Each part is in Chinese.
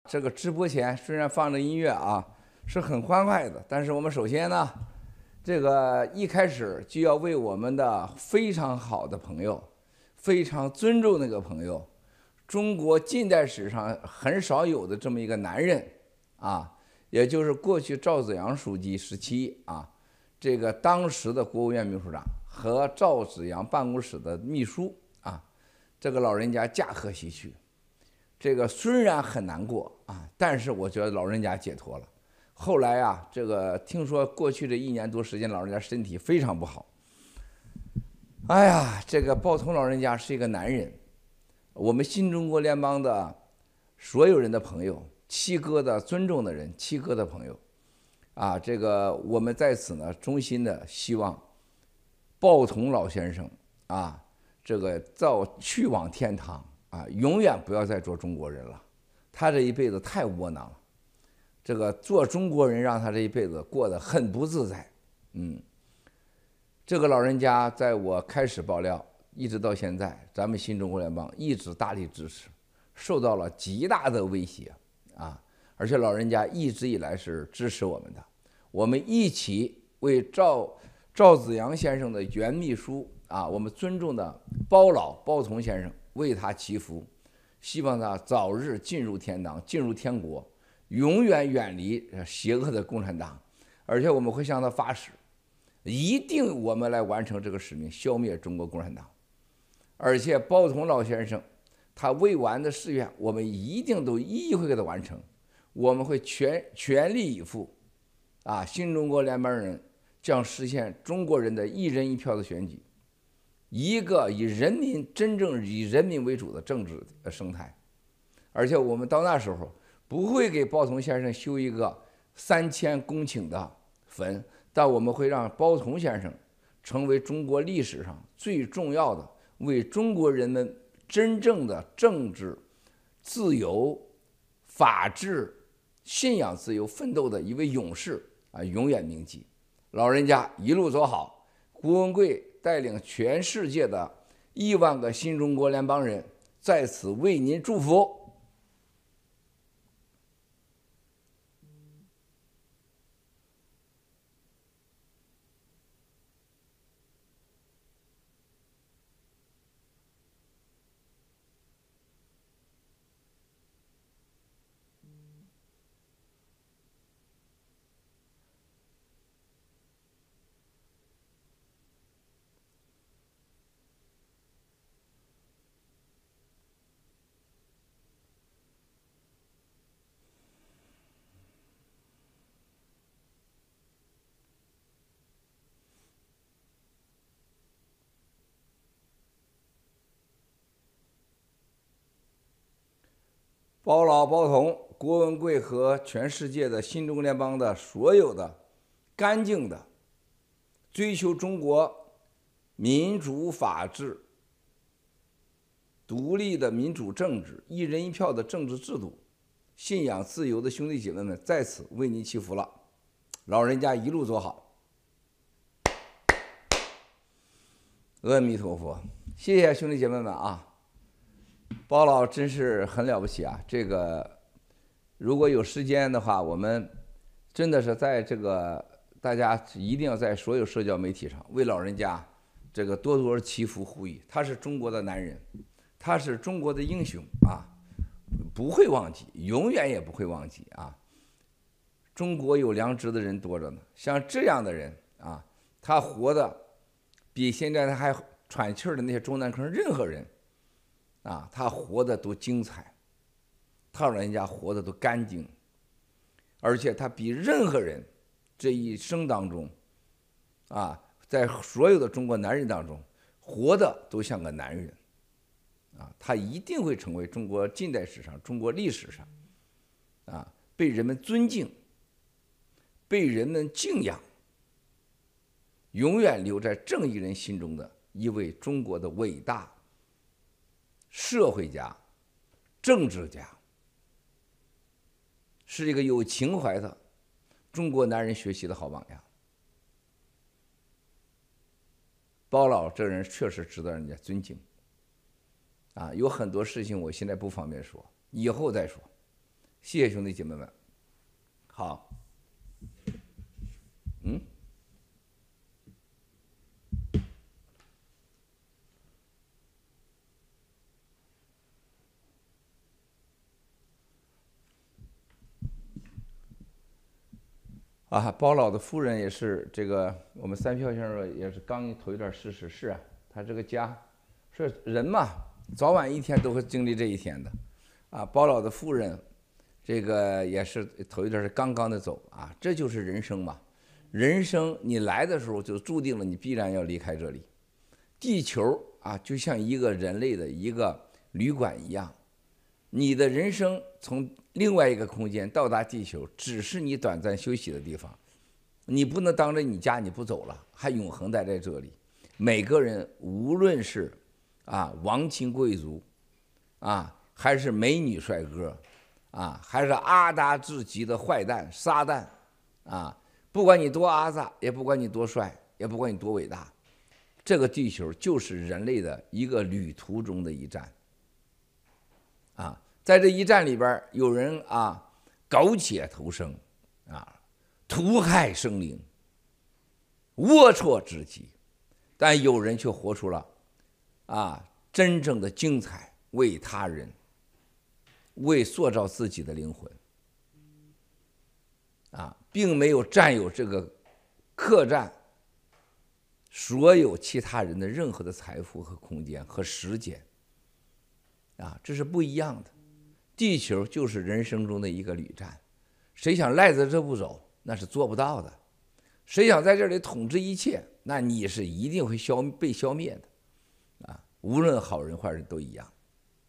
这个直播前虽然放着音乐啊，是很欢快的，但是我们首先呢，这个一开始就要为我们的非常好的朋友，非常尊重那个朋友，中国近代史上很少有的这么一个男人啊，也就是过去赵紫阳书记时期啊，这个当时的国务院秘书长和赵紫阳办公室的秘书啊，这个老人家驾鹤西去。这个虽然很难过啊，但是我觉得老人家解脱了。后来啊，这个听说过去这1年多时间，老人家身体非常不好。哎呀，这个鲍彤老人家是一个男人，我们新中国联邦的所有人的朋友，七哥的尊重的人，七哥的朋友啊，这个我们在此呢，衷心的希望鲍彤老先生啊，这个去往天堂。啊，永远不要再做中国人了。他这一辈子太窝囊了，这个做中国人让他这一辈子过得很不自在。这个老人家在我开始爆料一直到现在，咱们新中国联邦一直大力支持，受到了极大的威胁啊！而且老人家一直以来是支持我们的，我们一起为赵紫阳先生的原秘书啊，我们尊重的鲍彤先生。为他祈福，希望他早日进入天堂，进入天国，永远远离邪恶的共产党。而且我们会向他发誓，一定我们来完成这个使命，消灭中国共产党。而且鲍彤老先生他未完的誓愿，我们一定都一一会给他完成。我们会全力以赴，啊，新中国联邦人将实现中国人的一人一票的选举。一个真正以人民为主的政治生态，而且我们到那时候不会给鲍彤先生修一个3000公顷的坟，但我们会让鲍彤先生成为中国历史上最重要的为中国人们真正的政治自由、法治、信仰自由奋斗的一位勇士啊，永远铭记。老人家一路走好，胡文贵带领全世界的1万个新中国联邦人在此为您祝福。包老、包同、郭文贵和全世界的新中国联邦的所有的干净的追求中国民主法治、独立的民主政治、一人一票的政治制度、信仰自由的兄弟姐妹们，在此为您祈福了。老人家一路走好，阿弥陀佛，谢谢兄弟姐妹们啊！包老真是很了不起啊！这个如果有时间的话，我们真的是在这个大家一定要在所有社交媒体上为老人家这个多多祈福呼吁。他是中国的男人，他是中国的英雄啊，不会忘记，永远也不会忘记啊！中国有良知的人多着呢，像这样的人啊，他活的比现在他还喘气儿的那些中南坑任何人啊，他活得都精彩，他老人家活得都干净，而且他比任何人这一生当中啊，在所有的中国男人当中活得都像个男人啊，他一定会成为中国近代史上、中国历史上啊被人们尊敬、被人们敬仰，永远留在正义人心中的一位中国的伟大社会家、政治家，是一个有情怀的中国男人学习的好榜样。包老这人确实值得人家尊敬啊！有很多事情我现在不方便说，以后再说。 谢谢兄弟姐妹们。好，包老的夫人也是这个，我们三票先生也是刚头一段逝世。是啊，他这个家，说人嘛，早晚一天都会经历这一天的，包老的夫人，这个也是头一段是刚刚的走啊，这就是人生嘛。人生你来的时候就注定了你必然要离开这里，地球就像一个人类的一个旅馆一样，你的人生从另外一个空间到达地球，只是你短暂休息的地方，你不能当着你家你不走了，还永恒待在这里。每个人无论是王亲贵族还是美女帅哥还是阿达至极的坏蛋撒旦不管你多阿萨，也不管你多帅，也不管你多伟大，这个地球就是人类的一个旅途中的一站在这一站里边，有人苟且偷生屠害生灵，龌龊至极，但有人却活出了真正的精彩，为他人，为塑造自己的灵魂并没有占有这个客栈所有其他人的任何的财富和空间和时间这是不一样的。地球就是人生中的一个旅站，谁想赖在这不走，那是做不到的。谁想在这里统治一切，那你是一定会被消灭的无论好人坏人都一样。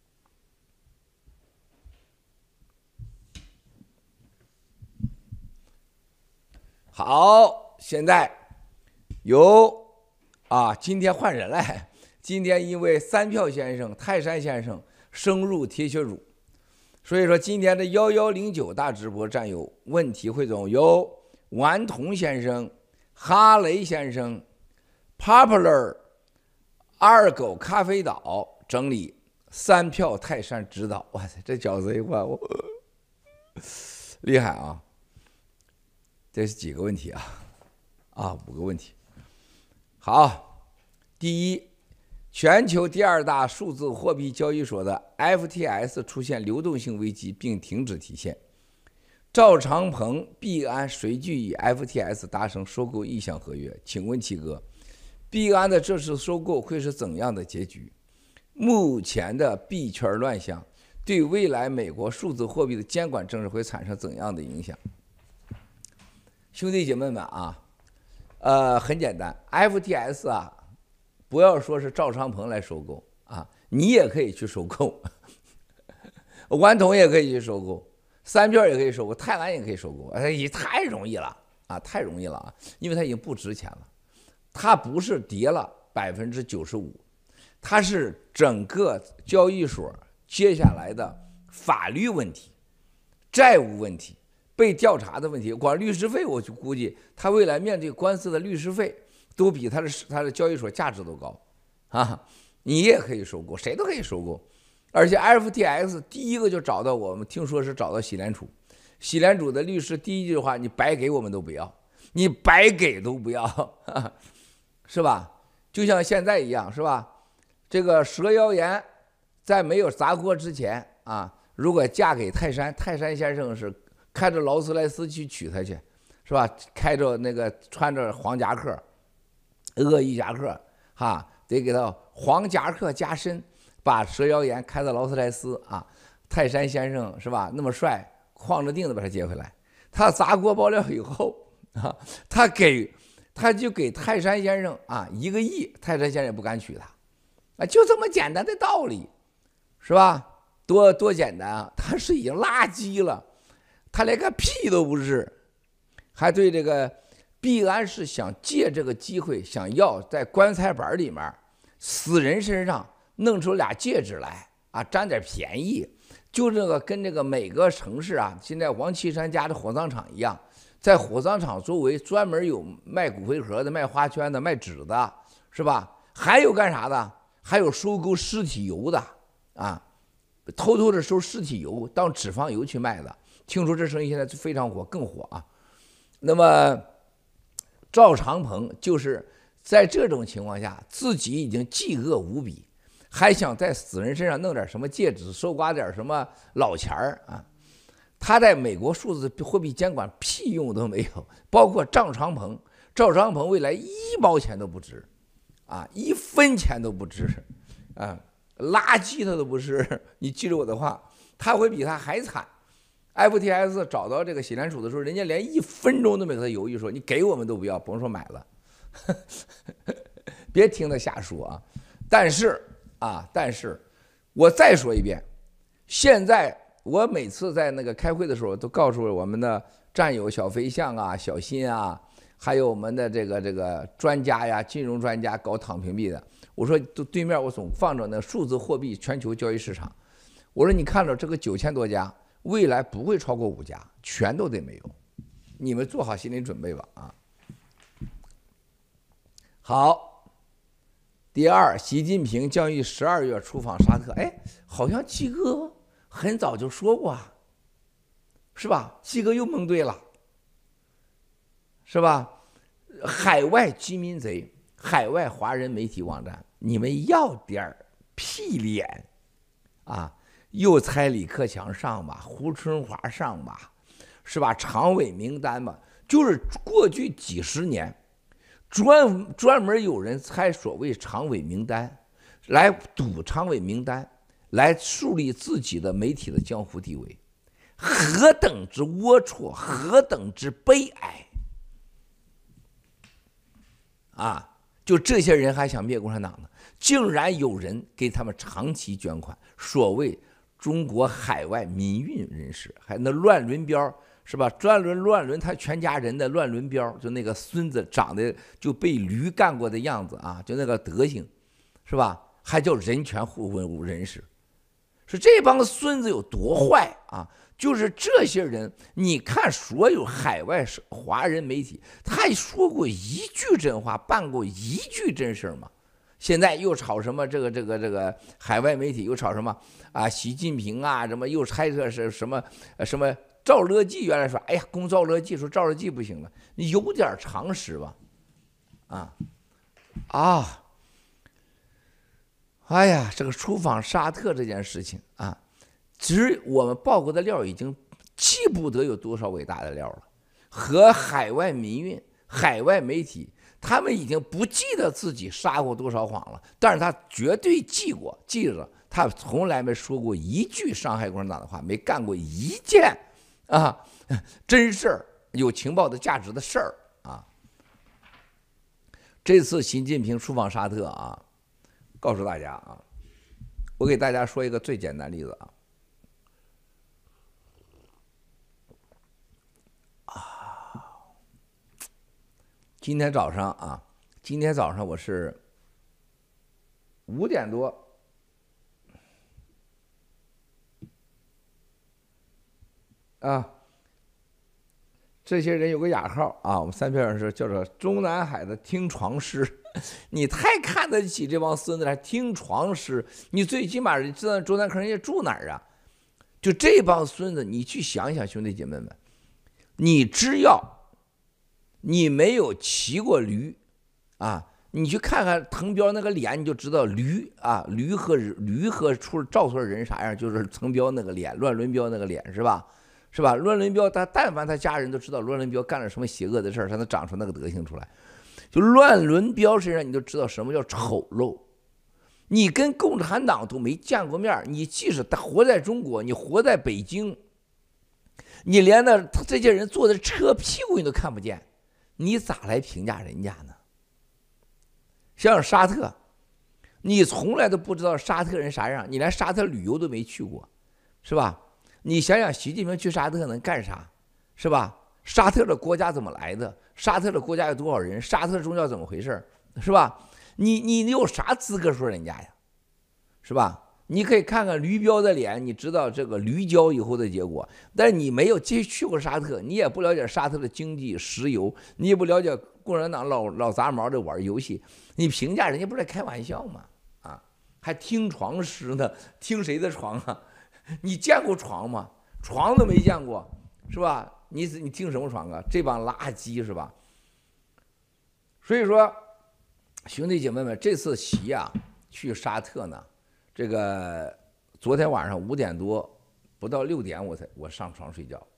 好，现在由今天换人了，今天因为三票先生、泰山先生升入铁血组，所以说今天的1109大直播站有问题汇总，由顽童先生、哈雷先生、Popular、二狗咖啡岛整理，三票泰山指导。哇塞，这饺子一块我厉害这是几个问题5个问题。好，第一，全球第2大数字货币交易所的 FTX 出现流动性危机并停止提现，赵长鹏、币安随即与 FTX 达成收购意向合约，请问七哥，币安的这次收购会是怎样的结局？目前的币圈乱象对未来美国数字货币的监管政策会产生怎样的影响？兄弟姐妹们很简单 ，FTX 不要说是赵长鹏来收购你也可以去收购，顽童也可以去收购，三票也可以收购，泰安也可以收购，太容易了太容易了因为它已经不值钱了，它不是跌了95%，它是整个交易所接下来的法律问题、债务问题、被调查的问题，光律师费我就估计他未来面对官司的律师费都比他的交易所价值都高你也可以收购，谁都可以收购，而且 FTX 第一个就找到我们，听说是找到洗联储，洗联储的律师第一句话，你白给我们都不要，你白给都不要是吧？就像现在一样是吧？这个蛇妖言在没有砸锅之前如果嫁给泰山先生是开着劳斯莱斯去娶她去，是吧？开着那个穿着黄夹克、恶意夹克得给他黄夹克加身，把蛇妖言开到劳斯莱斯泰山先生是吧？那么帅，晃着腚子把他接回来。他砸锅爆料以后他就给泰山先生1个亿，泰山先生也不敢娶他就这么简单的道理，是吧？多简单他是已经垃圾了，他连个屁都不是，还对这个币安是想借这个机会，想要在棺材板里面死人身上弄出俩戒指来占点便宜，就这个跟这个每个城市现在王岐山家的火葬场一样，在火葬场周围专门有卖骨灰盒的、卖花圈的、卖纸的，是吧？还有干啥的？还有收购尸体油的偷偷的收尸体油当脂肪油去卖的， 听说这生意现在非常火，更火啊。那么赵长鹏就是在这种情况下，自己已经饥饿无比，还想在死人身上弄点什么戒指，收刮点什么老钱儿啊。他在美国数字货币监管屁用都没有，包括赵长鹏未来1毛钱都不值，啊，1分钱都不值，啊，垃圾他都不是。你记住我的话，他会比他还惨。FTS 找到这个洗联储的时候，人家连1分钟都没和他犹豫，说你给我们都不要，甭说买了。别听他瞎说啊！但是我再说一遍，现在我每次在那个开会的时候，都告诉我们的战友小飞象啊、小新啊，还有我们的这个专家呀、金融专家搞躺平币的，我说对面我总放着那数字货币全球交易市场，我说你看着这个9000多家，未来不会超过5家，全都得没有，你们做好心理准备吧啊！好，第二，习近平将于12月出访沙特。哎，好像季哥很早就说过啊，是吧？季哥又蒙对了，是吧？海外居民贼，海外华人媒体网站，你们要点屁脸啊！又猜李克强上吧，胡春华上吧，是吧？常委名单吧，就是过去几十年。专门有人猜所谓常委名单，来赌常委名单，来树立自己的媒体的江湖地位，何等之龌龊，何等之悲哀啊！就这些人还想灭共产党呢，竟然有人给他们长期捐款，所谓中国海外民运人士，还那乱伦标。是吧？乱伦，他全家人的乱伦标，就那个孙子长得就被驴干过的样子啊，就那个德行，是吧？还叫人权护卫人士，是这帮孙子有多坏啊？就是这些人，你看所有海外华人媒体，他说过一句真话，办过一句真事吗？现在又炒什么这个海外媒体又炒什么啊？习近平啊，什么又猜测是什么。赵乐际原来说，哎呀，攻赵乐际，说赵乐际不行了，你有点常识吧？哎呀，这个出访沙特这件事情啊，我们报过的料已经记不得有多少伟大的料了，和海外民运、海外媒体，他们已经不记得自己撒过多少谎了，但是他绝对记着，他从来没说过一句伤害共产党的话，没干过一件。真事儿，有情报的价值的事儿啊！这次习近平出访沙特啊，告诉大家啊，我给大家说一个最简单例子今天早上我是5点多。这些人有个雅号啊，我们3票人说叫做中南海的听床师，你太看得起这帮孙子了，听床师，你最起码知道中南坑人家住哪儿啊？就这帮孙子，你去想想，兄弟姐妹们，你只要你没有骑过驴啊，你去看看滕彪那个脸，你就知道驴和赵所人啥样，就是滕彪那个脸，乱伦彪那个脸是吧？乱伦彪他但凡他家人都知道乱伦彪干了什么邪恶的事儿，才能长出那个德行出来。就乱伦彪身上，你就知道什么叫丑陋。你跟共产党都没见过面，你即使活在中国，你活在北京，你连这些人坐的车屁股你都看不见，你咋来评价人家呢？像沙特，你从来都不知道沙特人啥样，你连沙特旅游都没去过，是吧？你想想，习近平去沙特能干啥？是吧？沙特的国家怎么来的？沙特的国家有多少人？沙特宗教怎么回事？是吧？你有啥资格说人家呀？是吧？你可以看看驴彪的脸，你知道这个驴交以后的结果。但是你没有去过沙特，你也不了解沙特的经济、石油，你也不了解共产党老杂毛的玩游戏，你评价人家不是在开玩笑吗？还听床师呢？听谁的床啊？你见过床吗？床都没见过， 是吧？你听什么爽啊？这帮垃圾是吧？所以说，兄弟姐妹们，这次习啊去沙特呢，这个昨天晚上5点多，不到6点我上床睡觉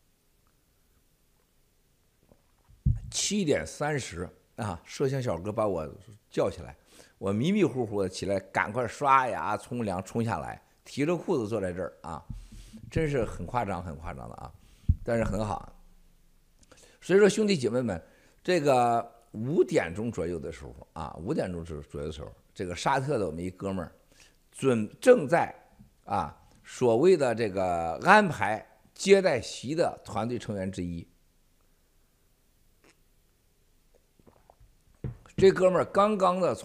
，7点30啊，摄像小哥把我叫起来，我迷迷糊糊的起来，赶快刷牙冲凉冲下来，提着裤子坐在这儿啊，真是很夸张很夸张的啊，但是很好。所以说兄弟姐妹们，这个5点钟左右的时候啊，5点钟左右的时候，这个沙特的我们一哥们儿正在啊所谓的这个安排接待习的团队成员之一。这哥们儿刚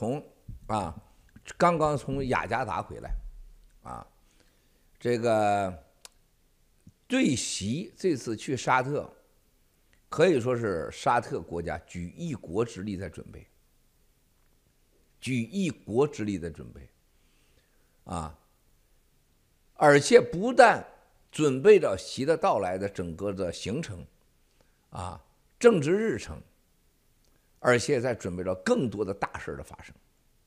刚从雅加达回来啊，这个对习这次去沙特，可以说是沙特国家举一国之力在准备，啊，而且不但准备着习的到来的整个的行程啊，政治日程，而且在准备着更多的大事的发生。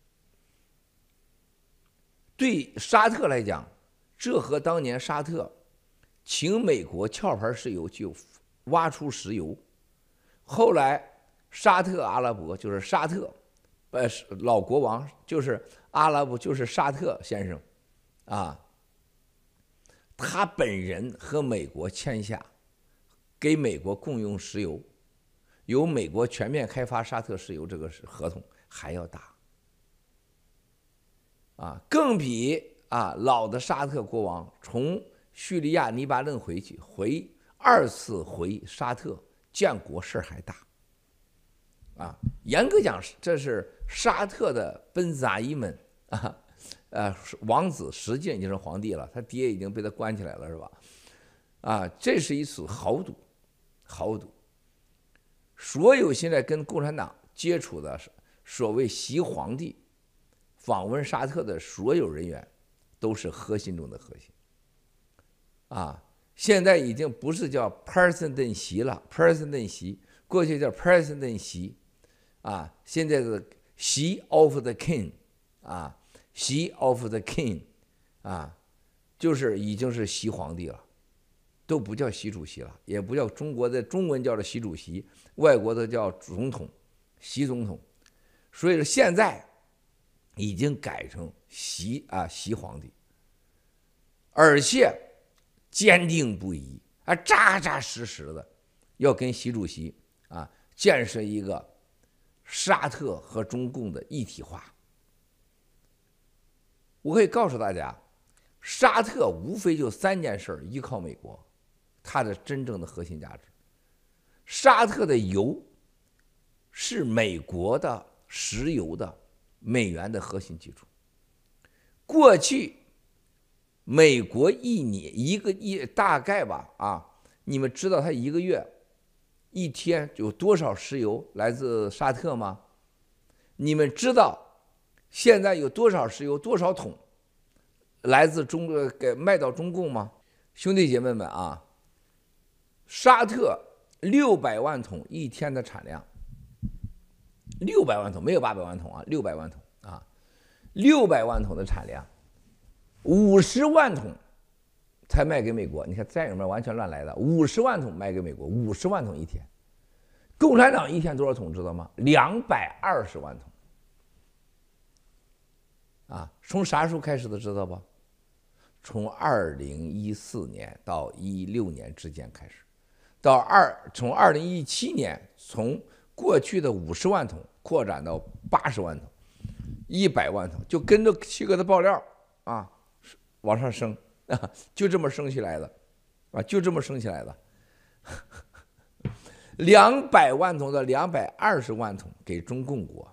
对沙特来讲，这和当年沙特请美国壳牌石油就挖出石油，后来沙特阿拉伯就是沙特，老国王就是阿拉伯就是沙特先生，啊，他本人和美国签下，给美国供应石油，由美国全面开发沙特石油这个合同还要大，啊，更比老的沙特国王从叙利亚黎巴嫩2次回沙特建国事还大，啊，严格讲这是沙特的本扎伊们王子实际已经是皇帝了，他爹已经被他关起来了，是吧？啊，这是一次豪赌。所有现在跟共产党接触的所谓习皇帝访问沙特的所有人员，都是核心中的核心。啊，现在已经不是叫 President 习了 ，President 习，过去叫 President 习，啊，现在是习 of the King， 啊，习 of the King， 啊，就是已经是习皇帝了，都不叫习主席了，也不叫中国的中文叫做习主席，外国的叫总统，习总统，所以说现在已经改成习皇帝，而且坚定不移扎扎实实的要跟习主席建设一个沙特和中共的一体化。我可以告诉大家，沙特无非就3件事依靠美国，它的真正的核心价值。沙特的油是美国的石油的美元的核心基础。过去美国大概吧你们知道它一个月一天有多少石油来自沙特吗？你们知道现在有多少石油多少桶来自给卖到中共吗？兄弟姐妹们沙特600万桶一天的产量，600万桶没有800万桶600万桶600万桶的产量，50万桶才卖给美国。你看战友们完全乱来的，50万桶卖给美国，50万桶一天。共产党一天多少桶知道吗？220万桶。从啥时候开始的知道吧？从2014年到16年之间开始，从2017年从过去的50万桶扩展到80万桶，100万桶，就跟着七哥的爆料往上升就这么升起来的就这么升起来的。200万桶的220万桶给中共国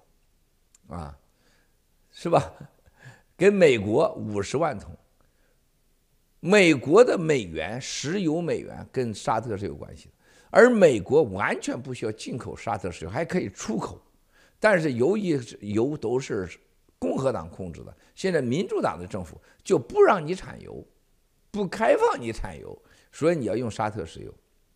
是吧？给美国50万桶。美国的美元石油美元跟沙特是有关系的，而美国完全不需要进口沙特石油，还可以出口，但是油都是共和党控制的，现在民主党的政府就不让你产油，不开放你产油，所以你要用沙特石油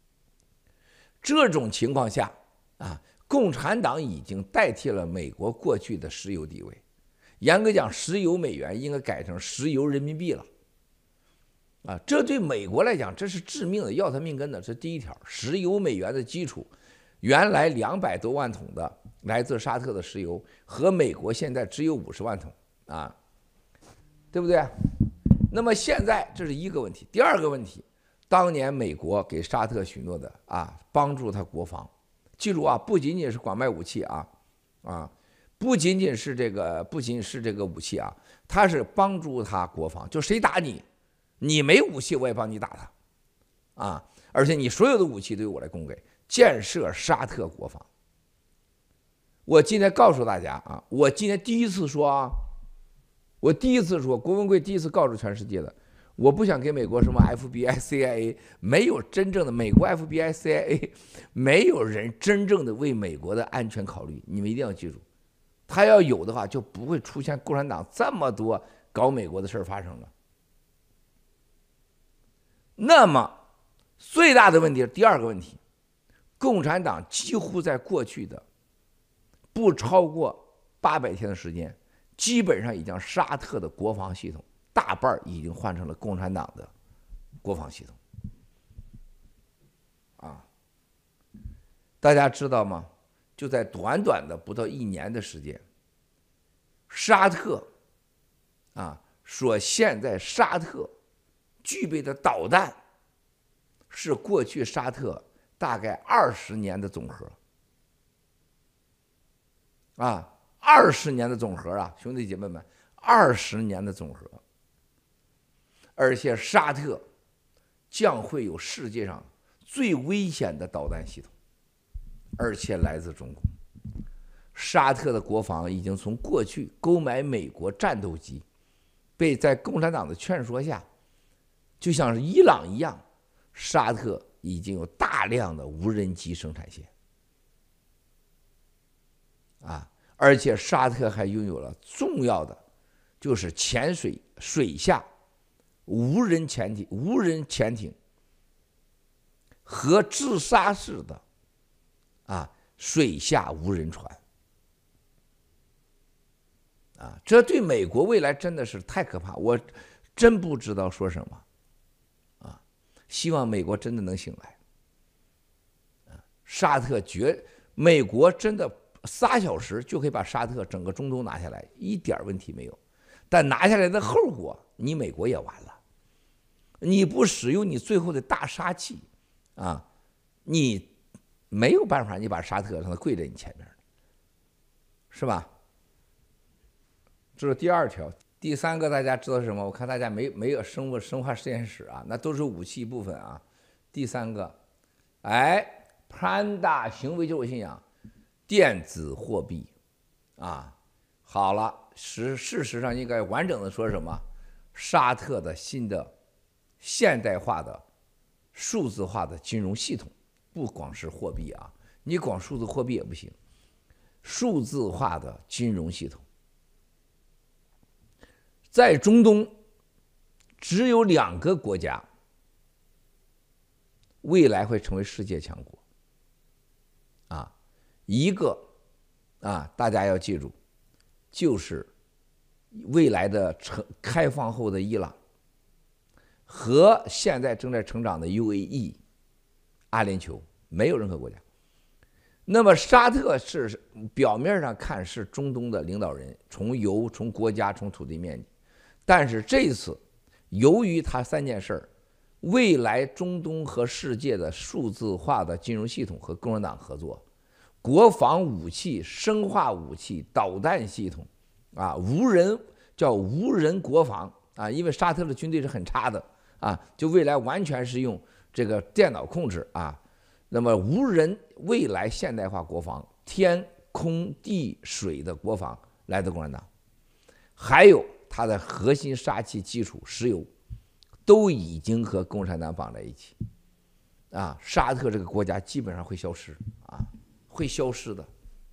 这种情况下啊，共产党已经代替了美国过去的石油地位。严格讲，石油美元应该改成石油人民币了。啊，这对美国来讲，这是致命的，要他命根的。这是第一条，石油美元的基础，原来200多万桶的来自沙特的石油，和美国现在只有50万桶啊，对不对？那么现在这是一个问题。第二个问题，当年美国给沙特许诺的啊，帮助他国防，记住啊，不仅仅是管卖武器啊，不仅仅是这个武器啊，他是帮助他国防，就谁打你。你没武器，我也帮你打他，啊！而且你所有的武器都由我来供给，建设沙特国防。我今天告诉大家啊，我今天第一次说啊，郭文贵第一次告诉全世界的，我不想给美国什么 FBI、CIA， 没有真正的美国 FBI、CIA， 没有人真正的为美国的安全考虑。你们一定要记住，他要有的话，就不会出现共产党这么多搞美国的事儿发生了。那么最大的问题是第二个问题，共产党几乎在过去的不超过800天的时间，基本上已将沙特的国防系统大半已经换成了共产党的国防系统。啊，大家知道吗？就在短短的不到1年的时间，沙特现在沙特具备的导弹是过去沙特大概20年的总和，20年的总和啊，兄弟姐妹们，20年的总和。而且沙特将会有世界上最危险的导弹系统，而且来自中共。沙特的国防已经从过去购买美国战斗机，被在共产党的劝说下，就像是伊朗一样，沙特已经有大量的无人机生产线，而且沙特还拥有了重要的，就是水下无人潜艇和自杀式的水下无人船。这对美国未来真的是太可怕，我真不知道说什么。希望美国真的能醒来。美国真的3小时就可以把沙特整个中东拿下来，一点问题没有。但拿下来的后果，你美国也完了。你不使用你最后的大杀器你没有办法，你把沙特让他跪在你前面，是吧？这是第二条。第三个大家知道是什么？我看大家没有生化实验室那都是武器部分第三个，Panda 行为就是信仰，电子货币好了，事实上应该完整的说什么？沙特的新的现代化的数字化的金融系统，不光是货币你光数字货币也不行，数字化的金融系统。在中东，只有2个国家未来会成为世界强国一个大家要记住，就是未来的开放后的伊朗和现在正在成长的 UAE 阿联酋，没有任何国家。那么沙特是表面上看是中东的领导人，从油、从国家、从土地面积。但是这次，由于它3件事，未来中东和世界的数字化的金融系统和共产党合作，国防武器、生化武器、导弹系统无人国防因为沙特的军队是很差的就未来完全是用这个电脑控制那么未来现代化国防，天空地水的国防来自共产党，还有它的核心杀器基础石油，都已经和共产党绑在一起沙特这个国家基本上会消失会消失的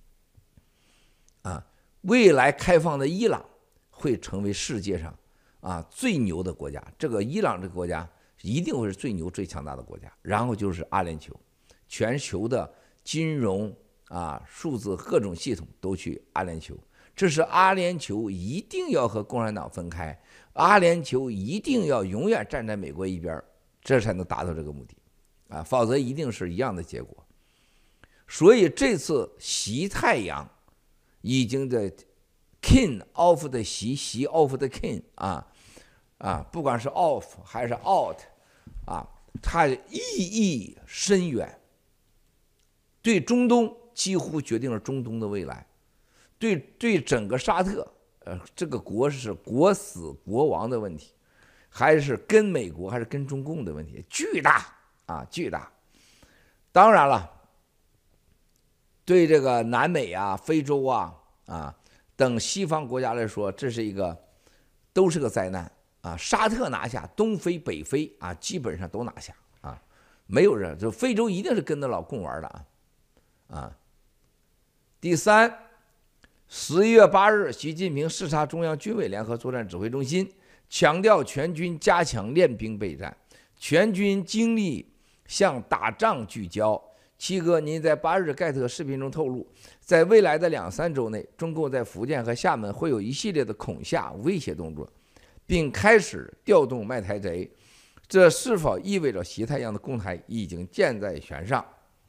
未来开放的伊朗会成为世界上最牛的国家，这个伊朗这个国家一定会是最牛最强大的国家，然后就是阿联酋， 全球的金融数字各种系统都去阿联酋。这是阿联酋一定要和共产党分开，阿联酋一定要永远站在美国一边，这才能达到这个目的否则一定是一样的结果。所以这次习太阳已经的 king of the 习 of the king 不管是 off 还是 out 它意义深远，对中东几乎决定了中东的未来，对整个沙特这个国是国死国亡的问题，还是跟美国还是跟中共的问题，巨大巨大。当然了，对这个南美非洲等西方国家来说，这是都是个灾难沙特拿下东非北非基本上都拿下没有人，就非洲一定是跟着老共玩的第三，11月8日，习近平视察中央军委联合作战指挥中心，强调全军加强练兵备战，全军精力向打仗聚焦。七哥，您在8日盖特视频中透露，在未来的2-3周内，中共在福建和厦门会有一系列的恐吓威胁动作，并开始调动卖台贼。这是否意味着习太阳的攻台已经箭在弦上？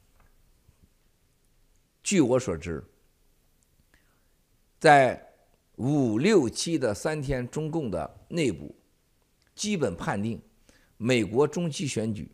据我所知，在5、6、7的3天，中共的内部基本判定，美国中期选举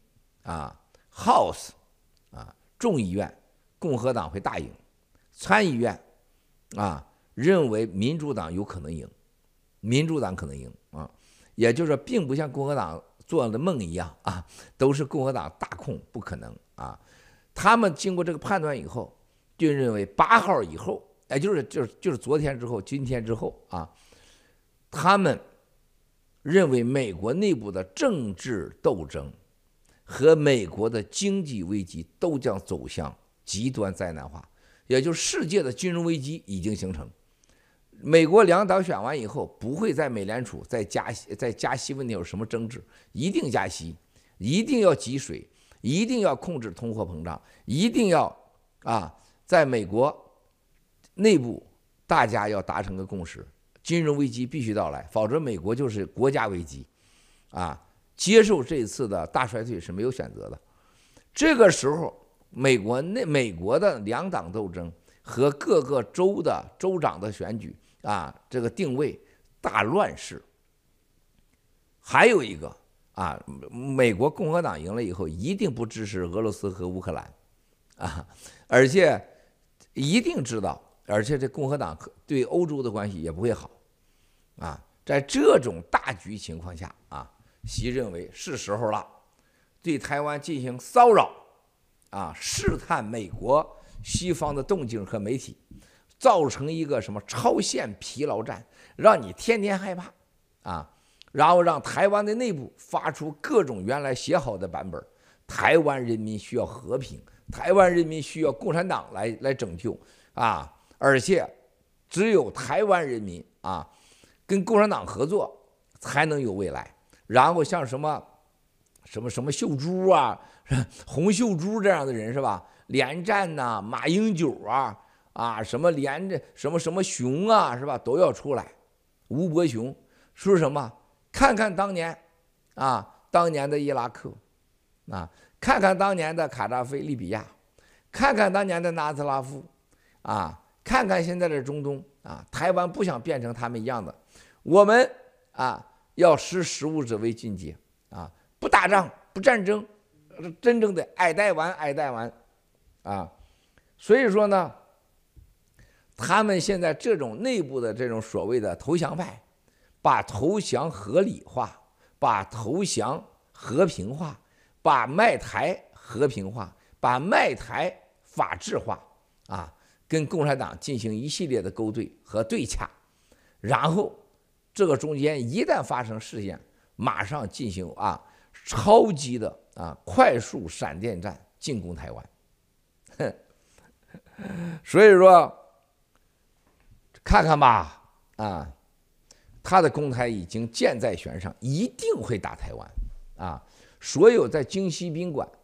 House 众议院共和党会大赢，参议院认为民主党有可能赢，民主党可能赢也就是说，并不像共和党做的梦一样都是共和党大控，不可能他们经过这个判断以后，就认为8号以后，就是昨天之后、今天之后他们认为美国内部的政治斗争和美国的经济危机都将走向极端灾难化，也就是世界的金融危机已经形成。美国2党选完以后，不会在美联储在加息问题有什么争执，一定加息，一定要挤水，一定要控制通货膨胀，一定要在美国内部大家要达成个共识，金融危机必须到来，否则美国就是国家危机接受这次的大衰退是没有选择的。这个时候，美国的2党斗争和各个州的州长的选举这个定位大乱世。还有一个美国共和党赢了以后，一定不支持俄罗斯和乌克兰而且一定知道，而且这共和党对欧洲的关系也不会好在这种大局情况下习认为是时候了，对台湾进行骚扰试探美国西方的动静和媒体，造成一个什么超限疲劳战，让你天天害怕然后让台湾的内部发出各种原来写好的版本，台湾人民需要和平，台湾人民需要共产党来拯救而且只有台湾人民跟共产党合作才能有未来。然后像什么秀珠洪秀珠这样的人是吧？连战马英九什么连着什么熊是吧？都要出来。吴伯雄说什么？看看当年当年的伊拉克看看当年的卡扎菲利比亚，看看当年的纳兹拉夫看看现在的中东台湾不想变成他们一样的，我们要识时务者为俊杰不打仗不战争，真正的爱台湾所以说呢，他们现在这种内部的这种所谓的投降派，把投降合理化，把投降和平化，把卖台和平化，把卖台法治化跟共产党进行一系列的勾兑和对洽，然后这个中间一旦发生事件，马上进行超级的快速闪电战进攻台湾。所以说看看吧他的攻台已经箭在弦上，一定会打台湾所有在京西宾馆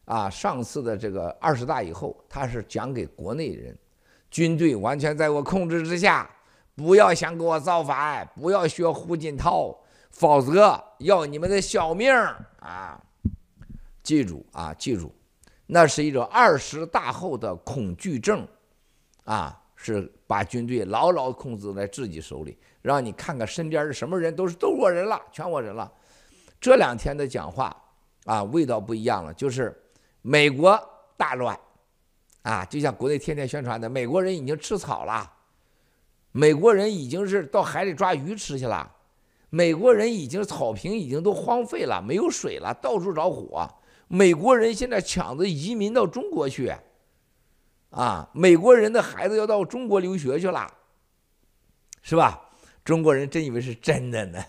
上次的这个20大以后，他是讲给国内人，军队完全在我控制之下，不要想给我造反，不要学胡锦涛，否则要你们的小命啊！记住啊，记住，那是一种20大后的恐惧症是把军队牢牢控制在自己手里，让你看看身边是什么人，都我人了，全我人了。这2天的讲话味道不一样了，就是美国大乱就像国内天天宣传的，美国人已经吃草了，美国人已经是到海里抓鱼吃去了，美国人已经草坪已经都荒废了，没有水了，到处着火。美国人现在抢着移民到中国去美国人的孩子要到中国留学去了，是吧？中国人真以为是真的呢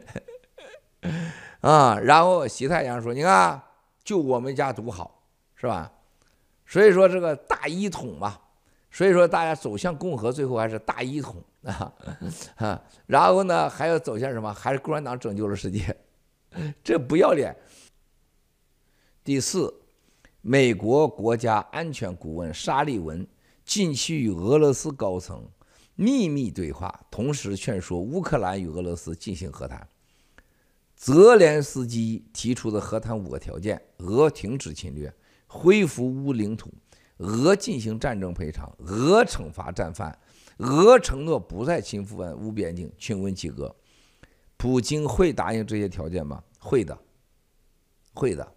然后习太阳说，你看就我们家独好，是吧？所以说这个大一统嘛，所以说大家走向共和最后还是大一统然后呢还要走向什么？还是共产党拯救了世界，这不要脸。第4，美国国家安全顾问沙利文近期与俄罗斯高层秘密对话，同时劝说乌克兰与俄罗斯进行和谈。泽连斯基提出的和谈5个条件：俄停止侵略，恢复乌领土，俄进行战争赔偿，俄惩罚战犯，俄承诺不再侵犯乌边境。请问几个？普京会答应这些条件吗？会的，会的。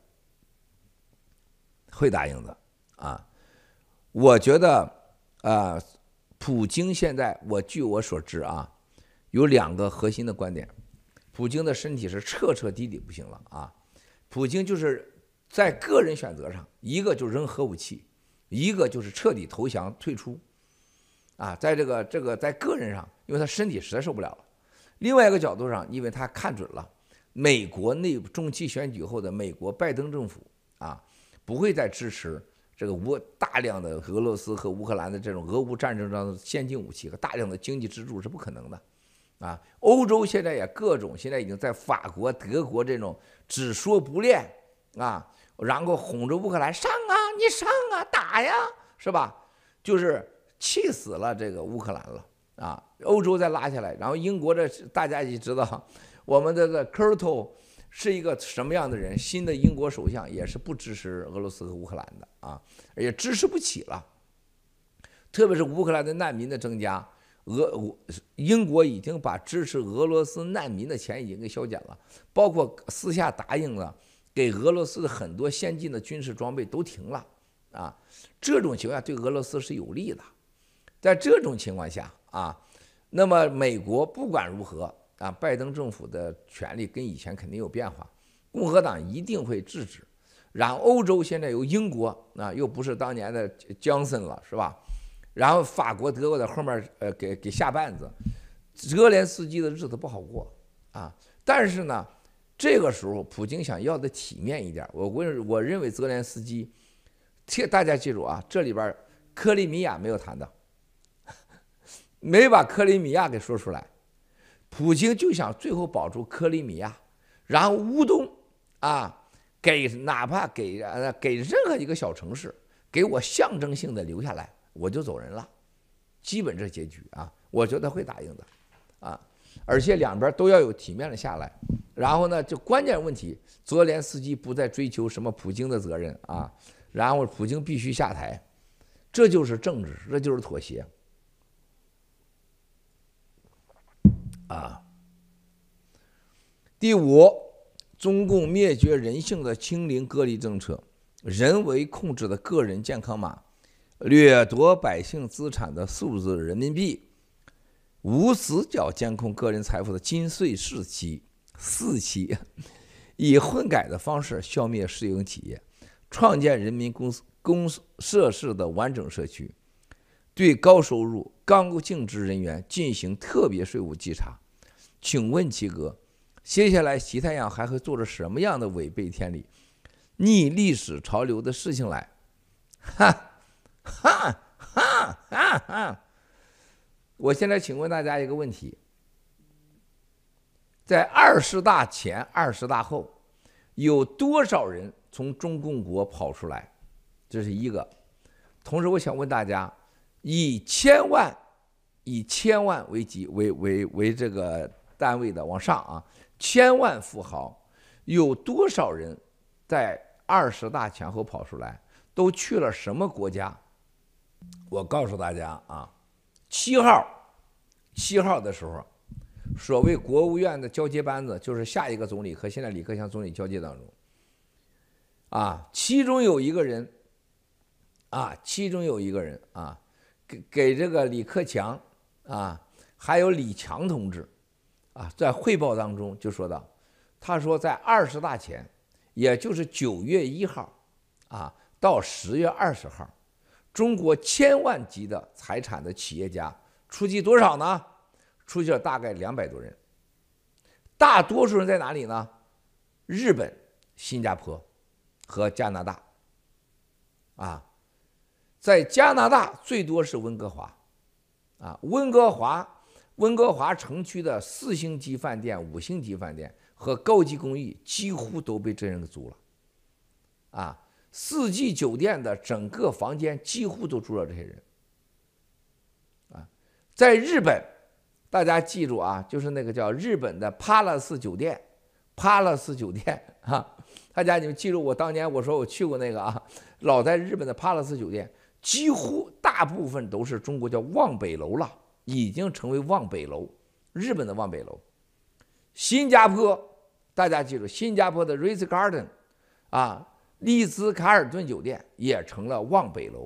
会答应的我觉得普京现在据我所知有2个核心的观点。普京的身体是彻底不行了普京就是在个人选择上，一个就扔核武器，一个就是彻底投降退出在这个在个人上，因为他身体实在受不了了。另外一个角度上，因为他看准了美国内部中期选举后的美国拜登政府不会再支持这个大量的俄罗斯和乌克兰的这种俄乌战争上的先进武器和大量的经济支柱是不可能的欧洲现在也各种现在已经在法国、德国这种只说不练然后哄着乌克兰上你上打呀，是吧？就是气死了这个乌克兰了欧洲再拉下来，然后英国大家也知道，我们这个科尔托是一个什么样的人？新的英国首相也是不支持俄罗斯和乌克兰的而且支持不起了。特别是乌克兰的难民的增加，英国已经把支持俄罗斯难民的钱已经给削减了，包括私下答应了给俄罗斯的很多先进的军事装备都停了这种情况下对俄罗斯是有利的。在这种情况下那么美国不管如何拜登政府的权力跟以前肯定有变化，共和党一定会制止。然后欧洲现在有英国又不是当年的江森了，是吧？然后法国、德国在后面给下绊子，泽连斯基的日子不好过但是呢，这个时候普京想要的体面一点，我认为泽连斯基，大家记住这里边克里米亚没有谈到，没把克里米亚给说出来。普京就想最后保住克里米亚，然后乌东哪怕给任何一个小城市，给我象征性的留下来，我就走人了，基本这结局我觉得会答应的而且两边都要有体面的下来。然后呢，就关键问题，泽连斯基不再追求什么普京的责任然后普京必须下台，这就是政治，这就是妥协第5，中共灭绝人性的清零隔离政策，人为控制的个人健康码，掠夺百姓资产的数字人民币，无死角监控个人财富的金税4期，以混改的方式消灭私营企业，创建人民公社式的完整社区，对高收入高净值人员进行特别税务稽查。请问齐哥，接下来习太阳还会做着什么样的违背天理、逆历史潮流的事情来？我现在请问大家一个问题，在20大前、20大后，有多少人从中共国跑出来，这是一个。同时，我想问大家，以千万为这个单位的往上啊，千万富豪有多少人在20大前后跑出来，都去了什么国家？我告诉大家啊，7号的时候，所谓国务院的交接班子，就是下一个总理和现在李克强总理交接当中，其中有一个人给这个李克强还有李强同志在汇报当中就说到，他说在20大前，也就是9月1号到10月20号，中国千万级的财产的企业家出去多少呢？出去了大概200多人，大多数人在哪里呢？日本、新加坡和加拿大在加拿大最多是温哥华温哥华城区的4星级饭店、5星级饭店和高级公寓几乎都被这人给租了4G 酒店的整个房间几乎都住了这些人在日本，大家记住就是那个叫日本的帕拉斯酒店大家你们记住，我当年我说我去过那个老在日本的帕拉斯酒店，几乎大部分都是中国叫望北楼了，已经成为望北楼，日本的望北楼。新加坡，大家记住，新加坡的 Ritz Garden 丽兹卡尔顿酒店也成了望北楼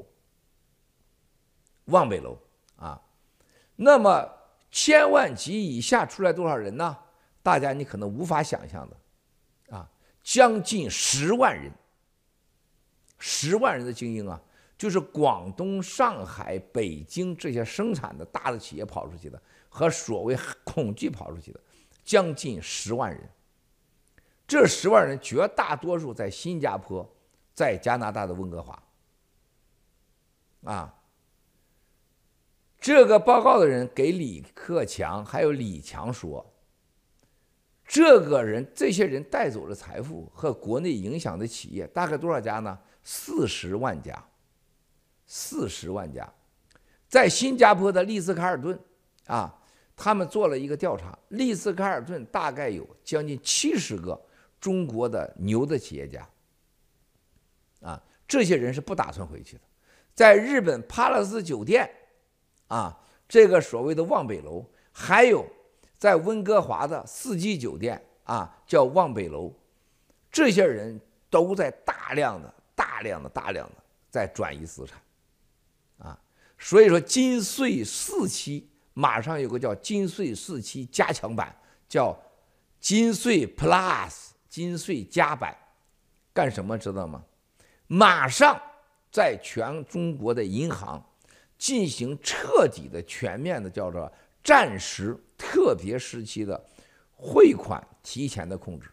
那么千万级以下出来多少人呢？大家你可能无法想象的将近10万人，10万人的精英就是广东、上海、北京这些生产的大的企业跑出去的，和所谓恐惧跑出去的，将近10万人。这10万人绝大多数在新加坡，在加拿大的温哥华这个报告的人给李克强还有李强说，这些人带走的财富和国内影响的企业大概多少家呢？40万家。在新加坡的丽思卡尔顿他们做了一个调查，丽思卡尔顿大概有将近70个中国的牛的企业家这些人是不打算回去的。在日本帕拉斯酒店这个所谓的望北楼，还有在温哥华的4G酒店叫望北楼，这些人都在大量的在转移资产所以说金税4期马上有个叫金税4期加强版，叫金税 Plus 金税加版，干什么知道吗？马上在全中国的银行进行彻底的全面的叫做战时特别时期的汇款提前的控制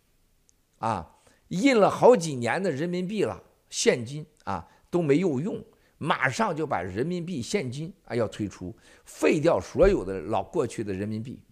印了好几年的人民币了，现金都没有用，马上就把人民币现金要推出，废掉所有的过去的人民币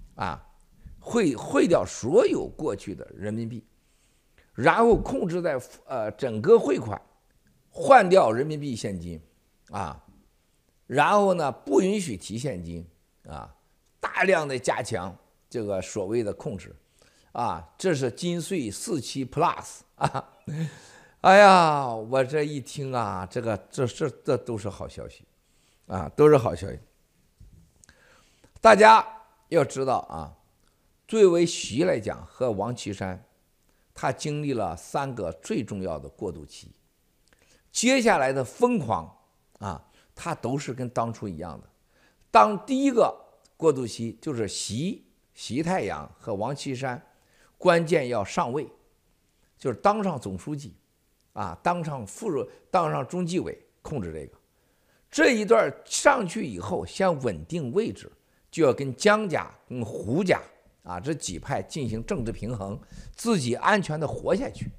汇掉所有过去的人民币，然后控制在整个汇款换掉人民币现金然后呢不允许提现金大量的加强这个所谓的控制这是金税4期 Plus 哎呀，我这一听这都是好消息都是好消息。大家要知道作为习来讲和王岐山，他经历了3个最重要的过渡期，接下来的疯狂他都是跟当初一样的。当第一个过渡期就是习太阳和王岐山关键要上位，就是当上总书记当上中纪委，控制这一段上去以后，先稳定位置，就要跟江家跟胡家这几派进行政治平衡，自己安全的活下去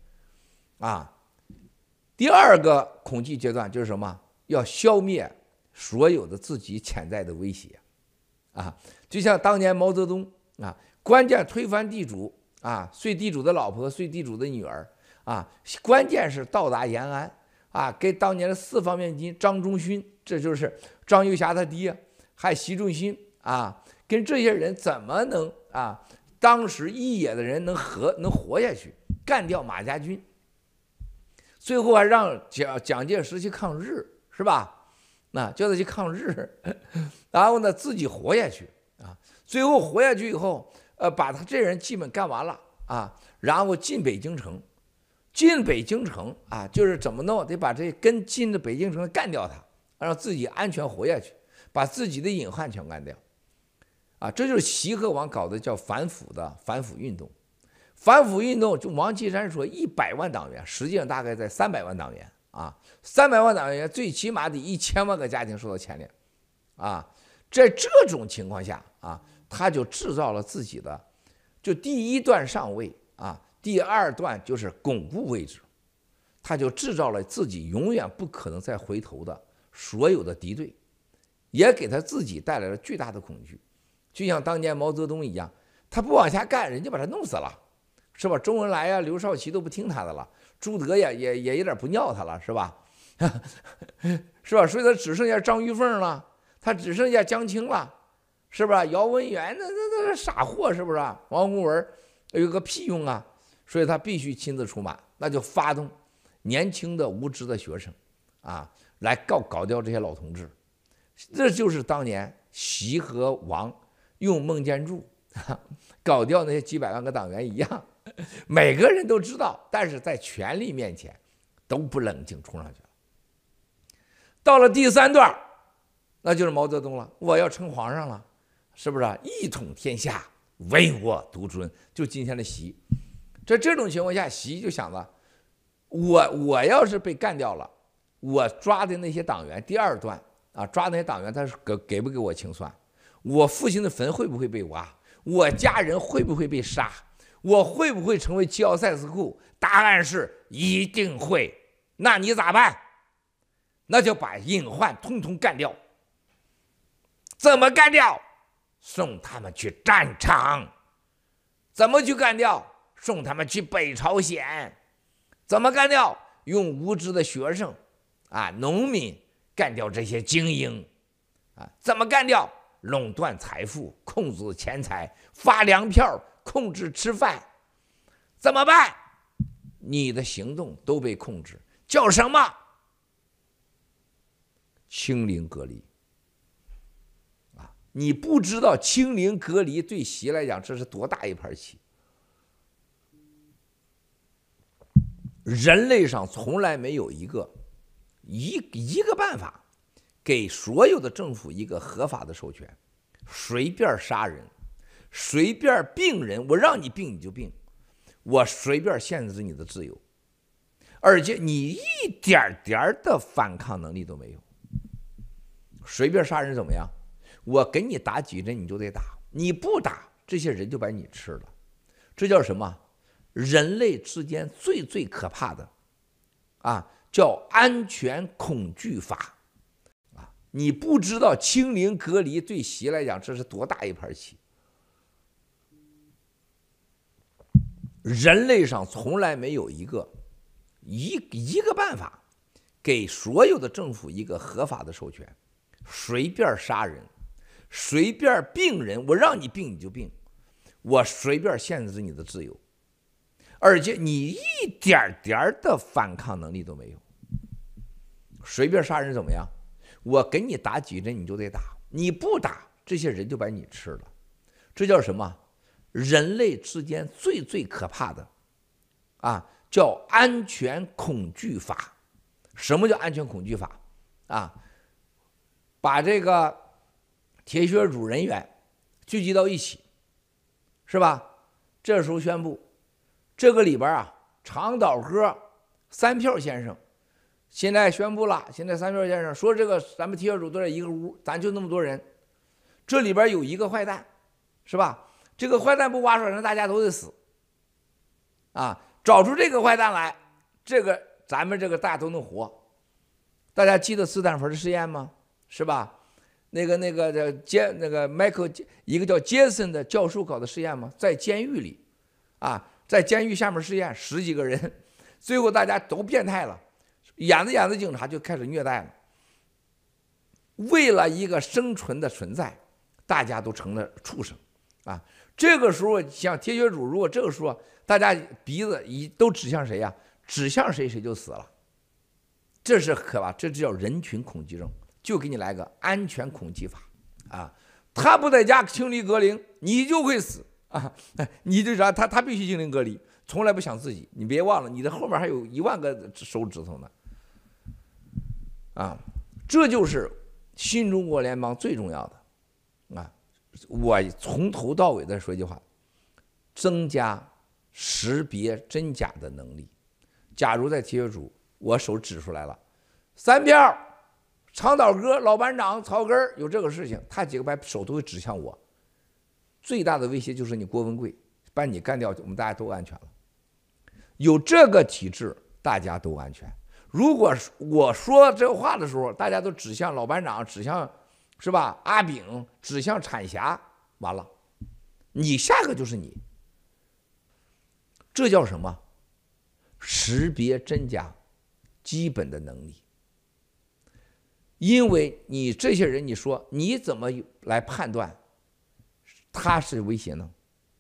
第二个恐惧阶段就是什么？要消灭所有的自己潜在的威胁就像当年毛泽东关键推翻地主睡地主的老婆，睡地主的女儿啊，关键是到达延安啊，给当年的四方面军张忠勋，这就是张幼霞他爹，还习仲勋啊，跟这些人怎么能啊？当时一野的人能活下去，干掉马家军，最后还让蒋介石去抗日，是吧？那叫他去抗日，然后呢自己活下去啊。最后活下去以后，把他这人基本干完了啊，然后进北京城。进北京城啊，就是怎么弄，得把这跟进的北京城干掉他，让自己安全活下去，把自己的隐患全干掉。啊，这就是习和王搞的叫反腐运动。反腐运动就王岐山说100万党员，实际上大概在300万党员啊，300万党员最起码得1000万个家庭受到牵连啊。在这种情况下啊，他就制造了自己的，就第一段上位啊，第二段就是巩固位置，他就制造了自己永远不可能再回头的所有的敌对，也给他自己带来了巨大的恐惧。就像当年毛泽东一样，他不往下干，人家把他弄死了，是吧？周恩来呀、刘少奇都不听他的了，朱德也有点不尿他了，是吧？是吧？所以他只剩下张玉凤了，他只剩下江青了，是吧？姚文元那傻货，是不是？王洪文有个屁用啊！所以他必须亲自出马，那就发动年轻的无知的学生啊，来搞掉这些老同志。这就是当年习和王用孟建柱搞掉那些几百万个党员一样，每个人都知道，但是在权力面前都不冷静，冲上去了。到了第三段，那就是毛泽东了，我要称皇上了，是不是？一统天下，唯我独尊，就今天的习。在这种情况下，习就想了，我要是被干掉了，我抓的那些党员，第二段啊，抓那些党员，他是给不给我清算？我父亲的坟会不会被挖？我家人会不会被杀？我会不会成为吉奥塞斯库？答案是一定会。那你咋办？那就把隐患通通干掉。怎么干掉？送他们去战场。怎么去干掉？送他们去北朝鲜。怎么干掉？用无知的学生啊、农民干掉这些精英啊。怎么干掉？垄断财富，控制钱财，发粮票，控制吃饭。怎么办？你的行动都被控制，叫什么？清零隔离啊！你不知道清零隔离对习来讲这是多大一盘棋。人类上从来没有一个办法给所有的政府一个合法的授权，随便杀人，随便病人，我让你病你就病，我随便限制你的自由，而且你一点点的反抗能力都没有。随便杀人怎么样？我给你打几针你就得打，你不打，这些人就把你吃了。这叫什么？人类之间最可怕的啊，叫安全恐惧法啊！你不知道清零隔离对习来讲这是多大一盘棋。人类上从来没有一个办法给所有的政府一个合法的授权，随便杀人，随便病人，我让你病你就病，我随便限制你的自由，而且你一点点的反抗能力都没有。随便杀人怎么样？我给你打几针你就得打，你不打，这些人就把你吃了。这叫什么？人类之间最可怕的啊，叫安全恐惧法。什么叫安全恐惧法啊？把这个铁血组人员聚集到一起，是吧？这时候宣布，这个里边啊，长岛哥三票先生现在宣布了，现在三票先生说，这个咱们铁血组都在一个屋，咱就那么多人，这里边有一个坏蛋，是吧？这个坏蛋不挖出来，人大家都得死啊！找出这个坏蛋来，咱们大家都能活。大家记得斯坦福的实验吗？是吧？那个Michael 一个叫杰森的教授搞的实验吗？在监狱里啊，在监狱下面实验，10几个人最后大家都变态了，演着警察就开始虐待了。为了一个生存的存在，大家都成了畜生啊！这个时候，像铁血主，如果这个时候大家鼻子都指向谁呀？指向谁，谁就死了。这是可怕，这叫人群恐惧症。就给你来个安全恐惧法啊！他不在家清理隔离，你就会死啊！你就啥？他必须清理隔离，从来不想自己。你别忘了，你的后面还有10000个手指头呢啊！这就是新中国联邦最重要的啊！我从头到尾的说一句话：增加识别真假的能力。假如在铁血主，我手指出来了，3票，长岛哥、老班长、草根有这个事情，他几个把手都会指向我。最大的威胁就是你郭文贵，把你干掉，我们大家都安全了。有这个体制，大家都安全。如果我说这话的时候，大家都指向老班长，指向是吧？阿炳，指向产霞，完了，你下个就是你。这叫什么？识别真假基本的能力。因为你这些人，你说你怎么来判断他是威胁呢？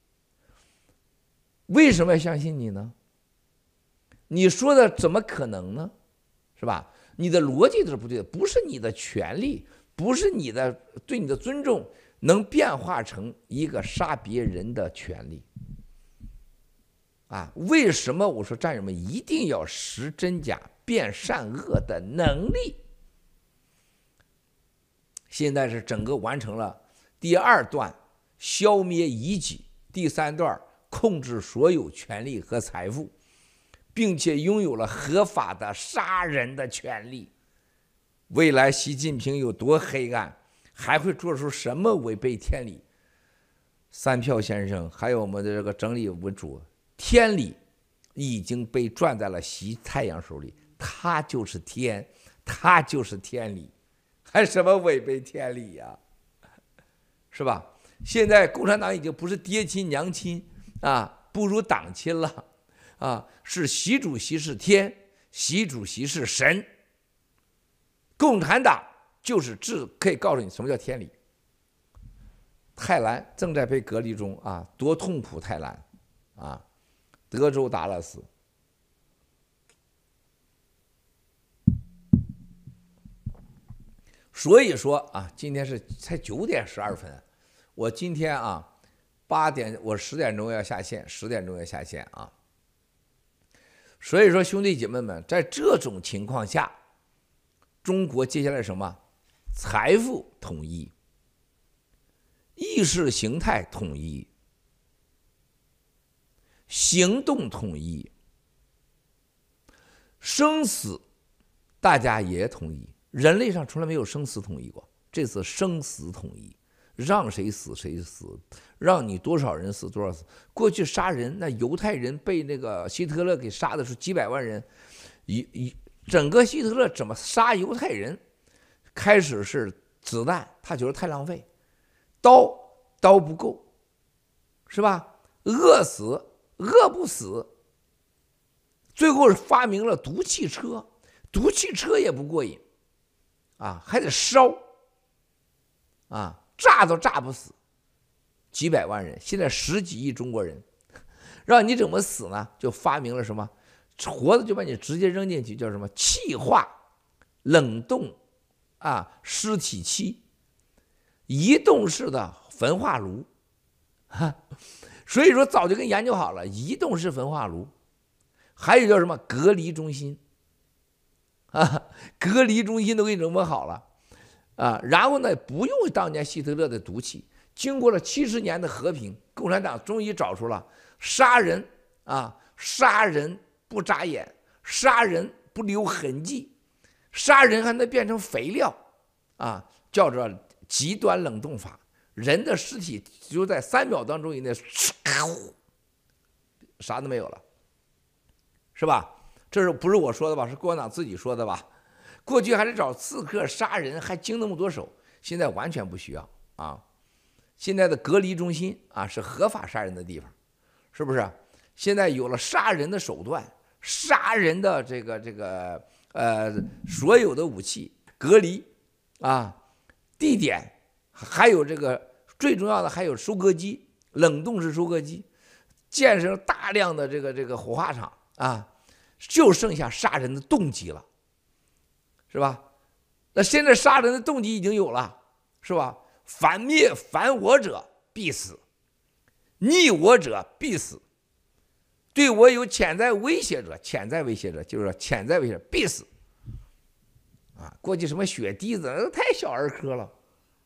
为什么要相信你呢？你说的怎么可能呢？是吧？你的逻辑都是不对的，不是你的权利，不是你的对你的尊重能变化成一个杀别人的权利啊！为什么我说战友们一定要识真假、辨善恶的能力？现在是整个完成了第2段消灭异己，第3段控制所有权利和财富，并且拥有了合法的杀人的权利。未来习近平有多黑暗，还会做出什么违背天理？3票先生还有我们的这个整理文主，天理已经被攥在了习太阳手里，他就是天，他就是天理，还什么违背天理呀？是吧？现在共产党已经不是爹亲娘亲啊，不如党亲了啊！是习主席是天，习主席是神，共产党就是可以告诉你什么叫天理。泰兰正在被隔离中啊，多痛苦！泰兰啊，德州达拉斯。所以说啊，今天是才9点12分，我今天啊8点，我10点钟要下线，10点钟要下线啊。所以说，兄弟姐妹们，在这种情况下，中国接下来什么？财富统一，意识形态统一，行动统一，生死大家也统一。人类上从来没有生死统一过，这次生死统一，让谁死谁死，让你多少人死多少死。过去杀人，那犹太人被那个希特勒给杀的是几百万人，整个希特勒怎么杀犹太人？开始是子弹，他觉得太浪费，刀不够，是吧？饿不死，最后是发明了毒气车，毒气车也不过瘾。啊，还得烧，啊，炸都炸不死，几百万人，现在10几亿中国人，让你怎么死呢？就发明了什么，活的就把你直接扔进去，叫什么气化冷冻啊尸体期，移动式的焚化炉，所以说早就跟研究好了，移动式焚化炉，还有叫什么隔离中心。啊，隔离中心都给你整好了，啊，然后呢，不用当年希特勒的毒气，经过了70年的和平，共产党终于找出了杀人啊，杀人不眨眼，杀人不留痕迹，杀人还能变成肥料，啊，叫做极端冷冻法，人的尸体就在3秒当中以内，啥都没有了，是吧？这是不是我说的吧？是共产党自己说的吧？过去还是找刺客杀人，还经那么多手，现在完全不需要啊！现在的隔离中心啊，是合法杀人的地方，是不是？现在有了杀人的手段， 杀人的所有的武器隔离啊，地点还有这个最重要的还有收割机，冷冻式收割机，建设大量的这个火化场啊，就剩下杀人的动机了，是吧？那现在杀人的动机已经有了，是吧？反我者必死，逆我者必死，对我有潜在威胁者就是说潜在威胁者必死啊！过去什么血滴子太小儿科了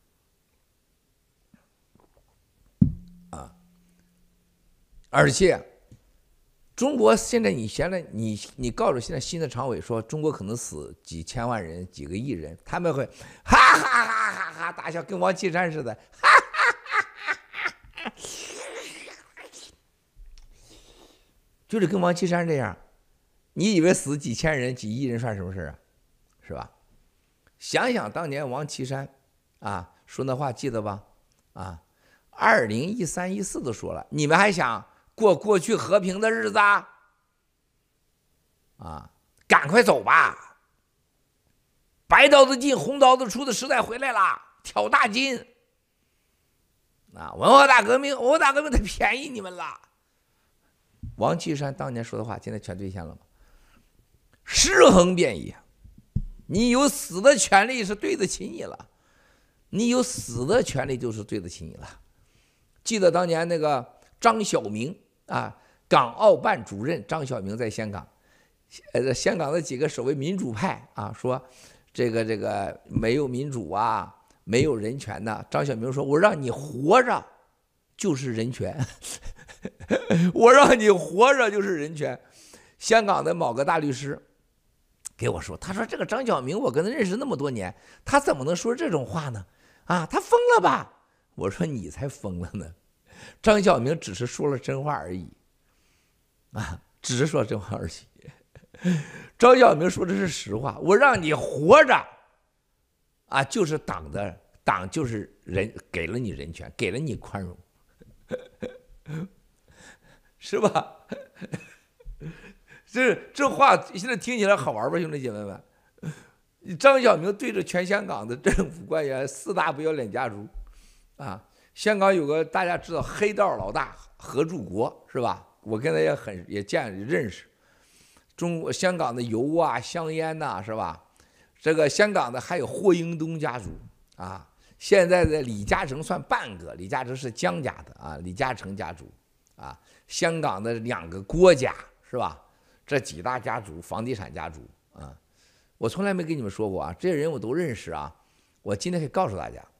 啊！而且中国现在你告诉现在新的常委说中国可能死几千万人几个亿人，他们会哈哈哈哈哈大笑，跟王岐山似的，哈哈哈哈哈，就是跟王岐山这样。你以为死几千人几亿人算什么事啊？是吧？想想当年王岐山啊说那话记得吧？啊，2013、14都说了，你们还想过去和平的日子啊，赶快走吧！白刀子进红刀子出的时代回来了，挑大金啊！文化大革命太便宜你们了。王岐山当年说的话，现在全兑现了吗？尸横遍野，你有死的权利是对得起你了，你有死的权利就是对得起你了。记得当年那个张晓明啊，港澳办主任张晓明在香港，香港的几个所谓民主派啊，说这个没有民主啊，没有人权的。张晓明说：“我让你活着就是人权，我让你活着就是人权。”香港的某个大律师给我说，他说这个张晓明我跟他认识那么多年，他怎么能说这种话呢？啊，他疯了吧？我说你才疯了呢。张晓明只是说了真话而已，啊，只是说真话而已。张晓明说的是实话，我让你活着，啊，就是党就是人给了你人权，给了你宽容，是吧？这话现在听起来好玩吧，兄弟姐妹们？张晓明对着全香港的政府官员4大不要脸家族，啊。香港有个大家知道黑道老大何柱国是吧？我跟他也认识。香港的油啊、香烟呐，是吧？这个香港的还有霍英东家族啊。现在的李嘉诚算半个，李嘉诚是江家的啊，李嘉诚家族啊。香港的2个郭家是吧？这几大家族，房地产家族啊，我从来没跟你们说过啊，这些人我都认识啊。我今天可以告诉大家。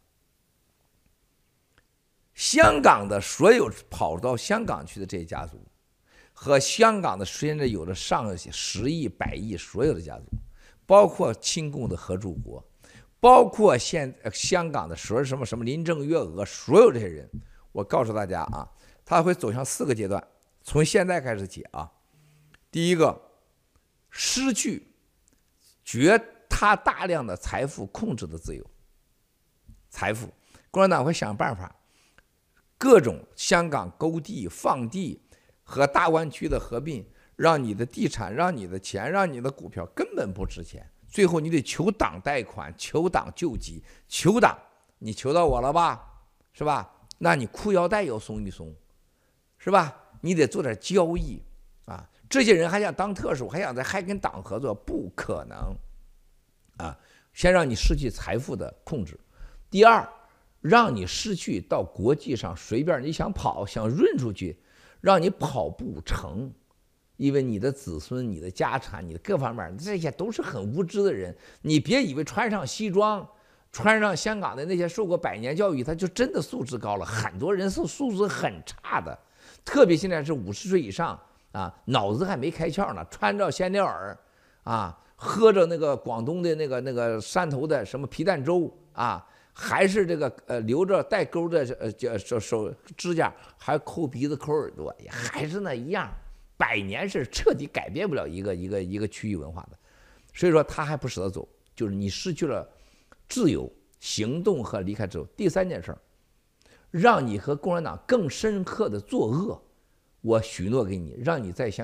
香港的所有跑到香港去的这些家族，和香港的现在有着上10亿、100亿所有的家族，包括亲共的何柱国，包括香港的什么林郑月娥，所有这些人，我告诉大家啊，他会走向4个阶段，从现在开始起啊。第一个，失去他大量的财富控制的自由，财富，共产党会想办法。各种香港勾地、放地和大湾区的合并，让你的地产、让你的钱、让你的股票根本不值钱。最后你得求党贷款、求党救济、求党，你求到我了吧，是吧？那你裤腰带要松一松，是吧？你得做点交易啊！这些人还想当特首，还跟党合作，不可能啊！先让你失去财富的控制。第二，让你失去到国际上随便你想跑想润出去，让你跑不成，因为你的子孙、你的家产、你的各方面，这些都是很无知的人。你别以为穿上西装、穿上香港的那些受过100年教育，他就真的素质高了。很多人是素质很差的，特别现在是50岁以上啊，脑子还没开窍呢，穿着香奈儿啊，喝着那个广东的那个汕头的什么皮蛋粥啊。还是这个留着带钩的手指甲，还抠鼻子抠耳朵，也还是那一样。100年是彻底改变不了一个区域文化的，所以说他还不舍得走，就是你失去了自由行动和离开之后。第3件事，让你和共产党更深刻的作恶。我许诺给你，让你在香港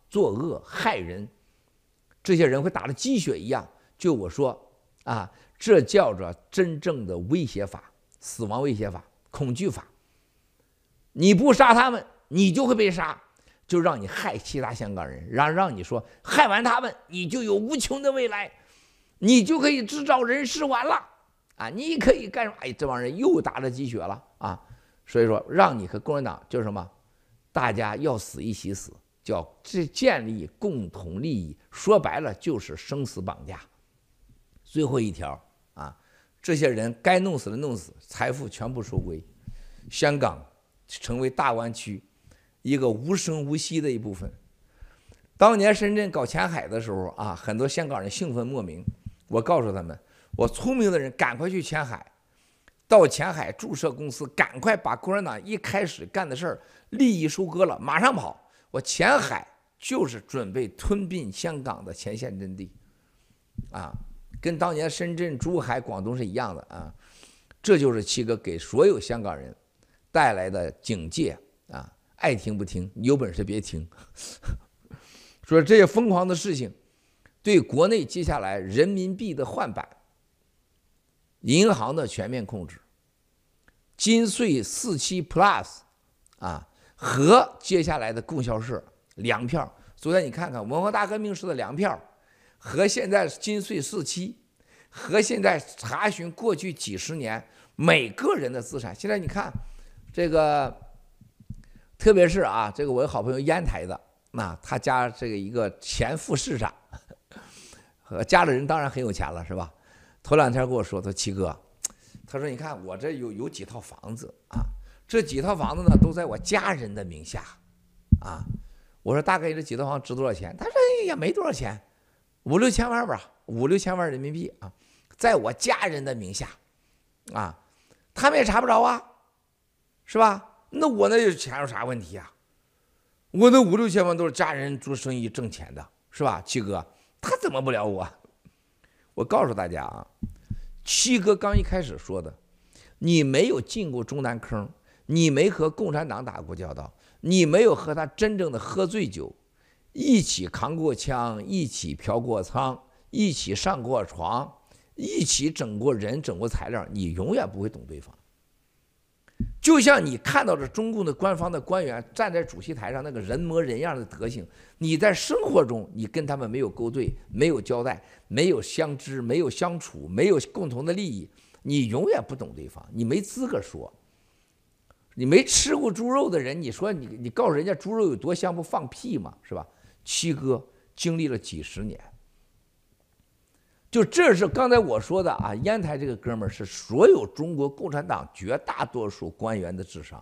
作恶害人，这些人会打得鸡血一样。就我说啊，这叫做真正的威胁法，死亡威胁法，恐惧法。你不杀他们，你就会被杀，就让你害其他香港人，让你说害完他们，你就有无穷的未来，你就可以制造人尸丸了啊！你可以干什么？哎，这帮人又打了鸡血了啊！所以说，让你和共产党就是什么，大家要死一起死，叫建立共同利益。说白了就是生死绑架。最后一条啊，这些人该弄死的弄死，财富全部收归，香港成为大湾区一个无声无息的一部分。当年深圳搞前海的时候啊，很多香港人兴奋莫名。我告诉他们，我聪明的人赶快去前海，到前海注册公司，赶快把共产党一开始干的事儿利益收割了，马上跑。我前海就是准备吞并香港的前线阵地啊，跟当年深圳、珠海、广东是一样的啊。这就是七哥给所有香港人带来的警戒啊，爱听不听，你有本事别听。所以这些疯狂的事情，对国内接下来人民币的换版、银行的全面控制、金税47 Plus 啊，和接下来的供销社粮票。昨天你看看文化大革命时的粮票，和现在金税47，和现在查询过去几十年每个人的资产。现在你看这个，特别是啊，这个我有好朋友烟台的，那他家这个一个前副市长，和家里人当然很有钱了，是吧？头两天跟我说，他说七哥，他说你看我这有几套房子啊，这几套房子呢都在我家人的名下啊。我说大概这几套房值多少钱？他说也没多少钱，5、6千万吧，5、6千万人民币啊，在我家人的名下啊，他们也查不着啊，是吧？那我那钱有啥问题啊？我那5、6千万都是家人做生意挣钱的，是吧？七哥，他怎么不了我？我告诉大家啊，七哥刚一开始说的，你没有进过中南坑，你没和共产党打过交道，你没有和他真正的喝醉酒，一起扛过枪，一起嫖过娼，一起上过床，一起整过人，整过材料，你永远不会懂对方。就像你看到的中共的官方的官员站在主席台上那个人模人样的德行，你在生活中你跟他们没有勾兑，没有交代，没有相知，没有相处，没有共同的利益，你永远不懂对方，你没资格说。你没吃过猪肉的人，你说你告诉人家猪肉有多香，不放屁吗？是吧？七哥经历了几十年，就这是刚才我说的啊，烟台这个哥们儿是所有中国共产党绝大多数官员的智商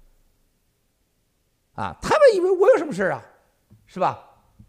啊，他们以为我有什么事啊，是吧？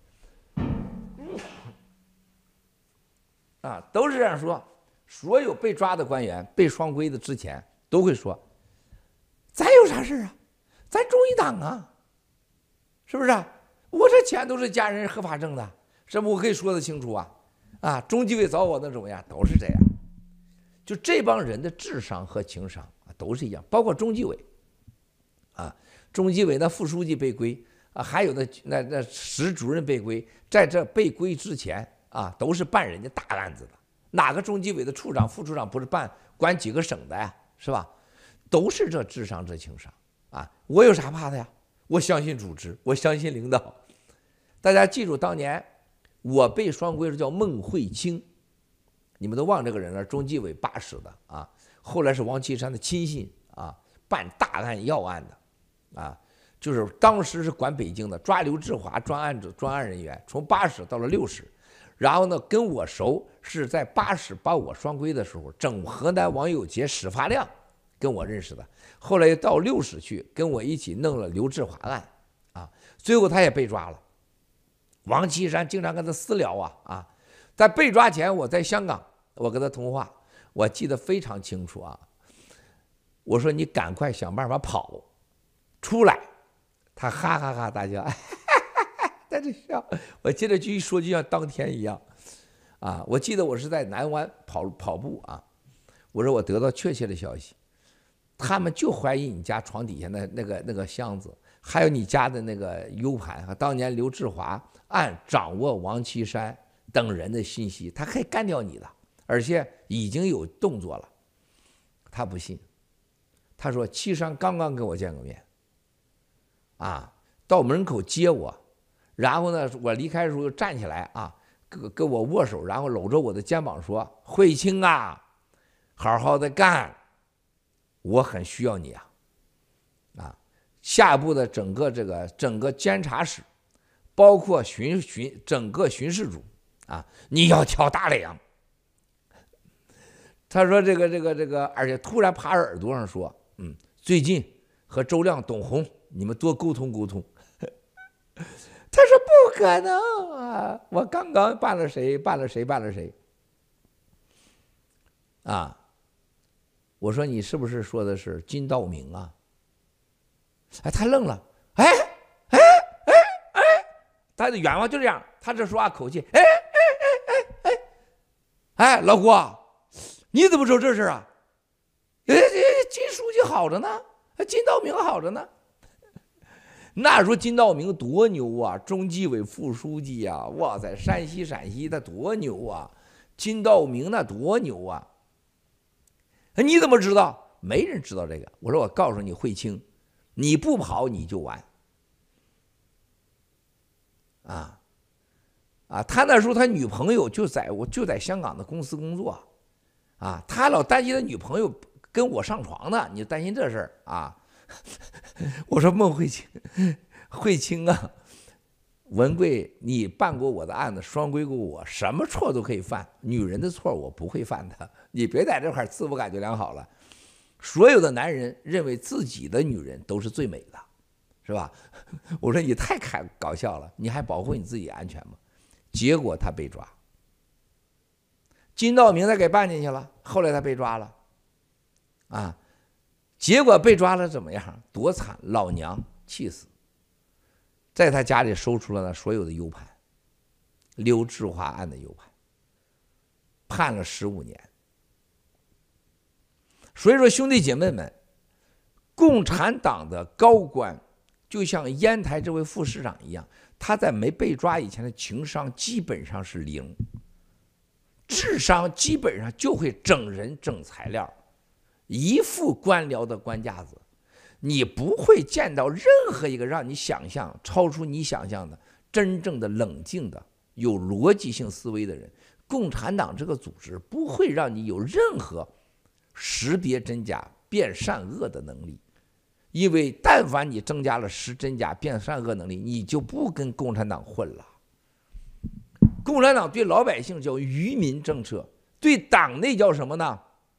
啊，都是这样说。所有被抓的官员被双规的之前都会说，咱有啥事啊？咱中一党啊，是不是啊？我这钱都是家人合法挣的，是不？我可以说得清楚啊。啊，中纪委找我那怎么样？都是这样。就这帮人的智商和情商啊，都是一样。包括中纪委，啊，中纪委那副书记被归啊，还有那石主任被归，在这被归之前啊，都是办人家大案子的。哪个中纪委的处长、副处长不是管几个省的呀？是吧？都是这智商、这情商啊！我有啥怕的呀？我相信组织，我相信领导。大家记住，当年我被双规是叫孟慧清，你们都忘这个人了，中纪委8室的啊，后来是王岐山的亲信啊，办大案要案的啊，就是当时是管北京的，抓刘志华专案人员，从8室到了6室，然后呢跟我熟，是在8室把我双规的时候，整河南王有杰、史发亮跟我认识的，后来到6室去跟我一起弄了刘志华案啊，最后他也被抓了。王岐山经常跟他私聊啊，在被抓前我在香港，我跟他通话，我记得非常清楚啊。我说你赶快想办法跑出来，他哈哈哈大笑，在这笑。我接着继续说，就像当天一样啊。我记得我是在南湾跑步啊，我说我得到确切的消息，他们就怀疑你家床底下那个箱子还有你家的那个 U 盘啊，当年刘志华按掌握王岐山等人的信息，他可以干掉你的，而且已经有动作了。他不信，他说岐山刚刚跟我见过面，啊，到门口接我，然后呢，我离开的时候又站起来啊，跟我握手，然后搂着我的肩膀说：“慧清啊，好好的干，我很需要你啊。”啊，下一步的整个监察室，包括整个巡视组啊，你要挑大梁。他说这个，而且突然趴着耳朵上说，最近和周亮、董红你们多沟通沟通。他说不可能啊，我刚刚办了谁，啊，我说你是不是说的是金道明啊？哎，他愣了，哎，他的原话就这样，他这说话口气，哎，老郭，你怎么知道这事啊？金书记好着呢，金道明好着呢。那时候金道明多牛啊，中纪委副书记呀，哇塞，陕西他多牛啊，金道明那多牛啊。你怎么知道？没人知道这个。我说我告诉你，慧清，你不跑你就完。他那时候他女朋友就在香港的公司工作，啊，他老担心他女朋友跟我上床呢，你担心这事儿啊？我说孟慧清啊，文贵，你办过我的案子，双规过我，什么错都可以犯，女人的错我不会犯的，你别在这块自我感觉良好了。所有的男人认为自己的女人都是最美的，是吧？我说你太搞笑了，你还保护你自己安全吗？结果他被抓，金道明他给办进去了，后来他被抓了，啊，结果被抓了怎么样？多惨！老娘气死，在他家里搜出了他所有的 U 盘，刘志华案的 U 盘，判了15年。所以说，兄弟姐妹们，共产党的高官就像烟台这位副市长一样，他在没被抓以前的情商基本上是0，智商基本上就会整人整材料，一副官僚的官架子，你不会见到任何一个让你想象超出你想象的真正的冷静的有逻辑性思维的人。共产党这个组织不会让你有任何识别真假辨善恶的能力，因为但凡你增加了识真假辨善恶能力，你就不跟共产党混了。共产党对老百姓叫愚民政策，对党内叫什么呢？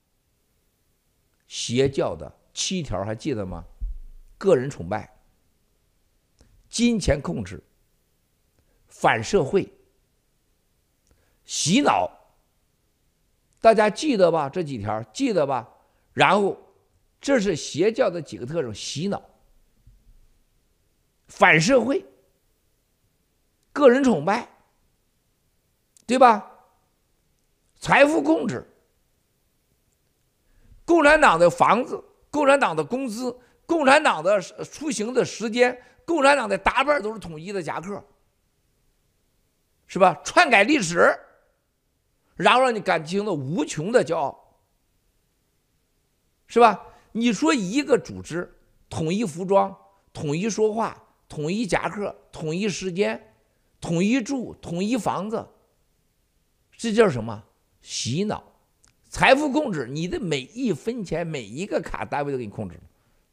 邪教的7条还记得吗？个人崇拜、金钱控制、反社会、洗脑，大家记得吧？这几条记得吧？然后这是邪教的几个特征：洗脑、反社会、个人崇拜，对吧？财富控制，共产党的房子、共产党的工资、共产党的出行的时间、共产党的打扮都是统一的夹克，是吧？篡改历史，然后让你感情的无穷的骄傲，是吧？你说一个组织统一服装、统一说话、统一夹克、统一时间、统一住、统一房子，这叫什么？洗脑。财富控制，你的每一分钱每一个卡单位都给你控制了。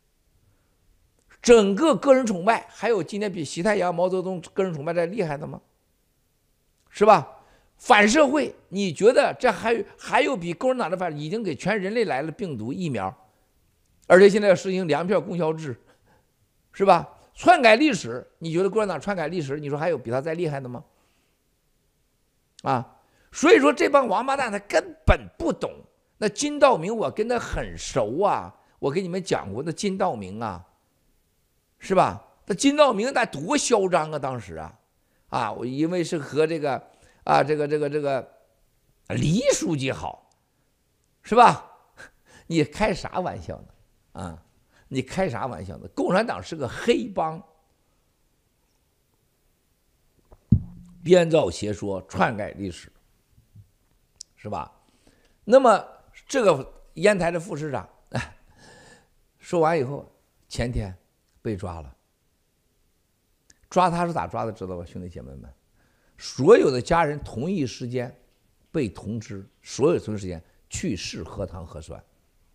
整个个人崇拜，还有今天比习太阳、毛泽东个人崇拜这厉害的吗？是吧？反社会，你觉得这还有比共产党的反已经给全人类来了病毒疫苗，而且现在要实行粮票供销制，是吧？篡改历史，你觉得共产党篡改历史，你说还有比他再厉害的吗？啊，所以说这帮王八蛋他根本不懂。那金道明我跟他很熟啊，我跟你们讲过，那金道明啊，是吧？那金道明那多嚣张啊，当时啊，我因为是和这个黎书记好，是吧？你开啥玩笑呢？啊， 你开啥玩笑呢？共产党是个黑帮，编造邪说，篡改历史，是吧？那么这个烟台的副市长，说完以后，前天被抓了。抓他是咋抓的？知道吧，兄弟姐妹们？所有的家人同一时间被通知，所有同一时间去试核糖核酸。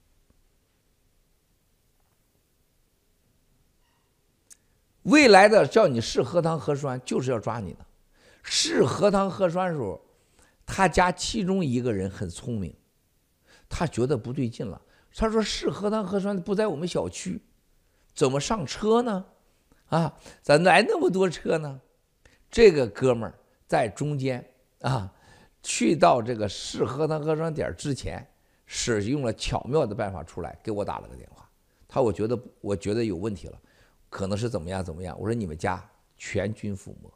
未来的叫你试核糖核酸，就是要抓你的。试核糖核酸的时候，他家其中一个人很聪明，他觉得不对劲了。他说：“试核糖核酸不在我们小区，怎么上车呢？啊，咋来那么多车呢？”这个哥们儿在中间啊，去到这个试核糖核酸点之前，使用了巧妙的办法出来，给我打了个电话。我觉得有问题了，可能是怎么样。我说你们家全军覆没，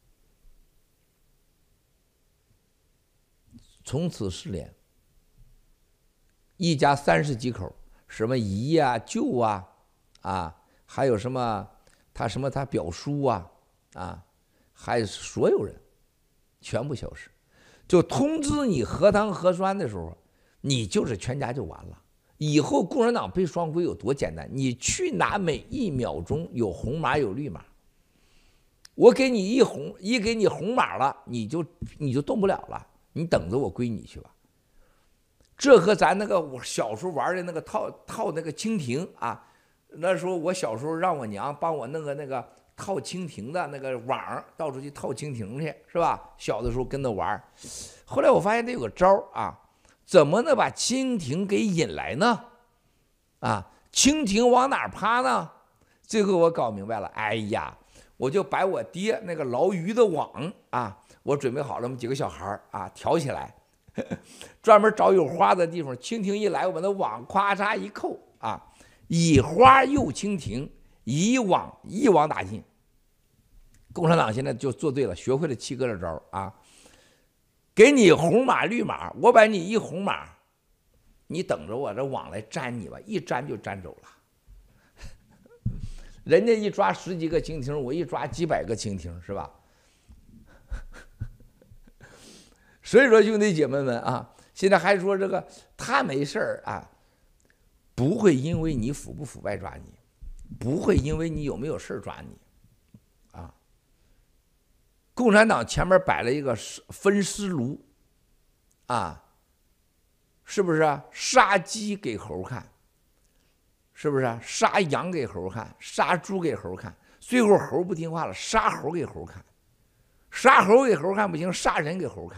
从此失联。一家30几口，什么姨啊、舅啊，还有什么他表叔啊，还有所有人全部消失。就通知你核糖核酸的时候，你就是全家就完了。以后共产党背双规有多简单？你去哪每1秒钟有红码有绿码，我给你给你红码了，你就动不了了，你等着我归你去吧。这和咱那个我小时候玩的那个套那个蜻蜓啊，那时候我小时候让我娘帮我弄个那个套蜻蜓的那个网，到处去套蜻蜓去，是吧？小的时候跟着玩，后来我发现得有个招啊，怎么能把蜻蜓给引来呢？啊，蜻蜓往哪趴呢？最后我搞明白了，哎呀，我就把我爹那个捞鱼的网啊，我准备好了，我们几个小孩啊挑起来。专门找有花的地方，蜻蜓一来，我把那网咵嚓一扣啊，以花诱蜻蜓，一网打尽。共产党现在就做对了，学会了7哥的招啊，给你红码绿码，我把你一红码，你等着我这网来粘你吧，一粘就粘走了。人家一抓10几个蜻蜓，我一抓几百个蜻蜓，是吧？所以说，兄弟姐妹们啊，现在还说这个他没事儿啊，不会因为你腐不腐败抓你，不会因为你有没有事儿抓你，啊。共产党前面摆了一个分尸炉，啊，是不是啊？杀鸡给猴看，是不是啊？杀羊给猴看，杀猪给猴看，最后猴不听话了，杀猴给猴看，杀猴给猴看不行，杀人给猴看。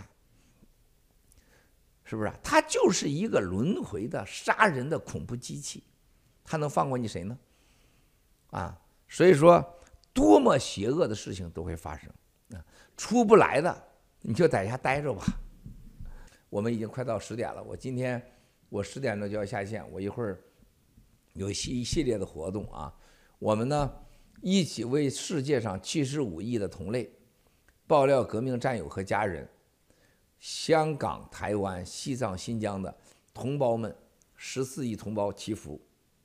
是不是？他就是一个轮回的杀人的恐怖机器，他能放过你谁呢？啊，所以说，多么邪恶的事情都会发生啊！出不来的，你就在家待着吧。我们已经快到10点了，今天10点钟就要下线，我一会儿有一系列的活动啊。我们呢一起为世界上75亿的同类爆料革命战友和家人。香港、台湾、西藏、新疆的同胞们，14亿同胞祈福。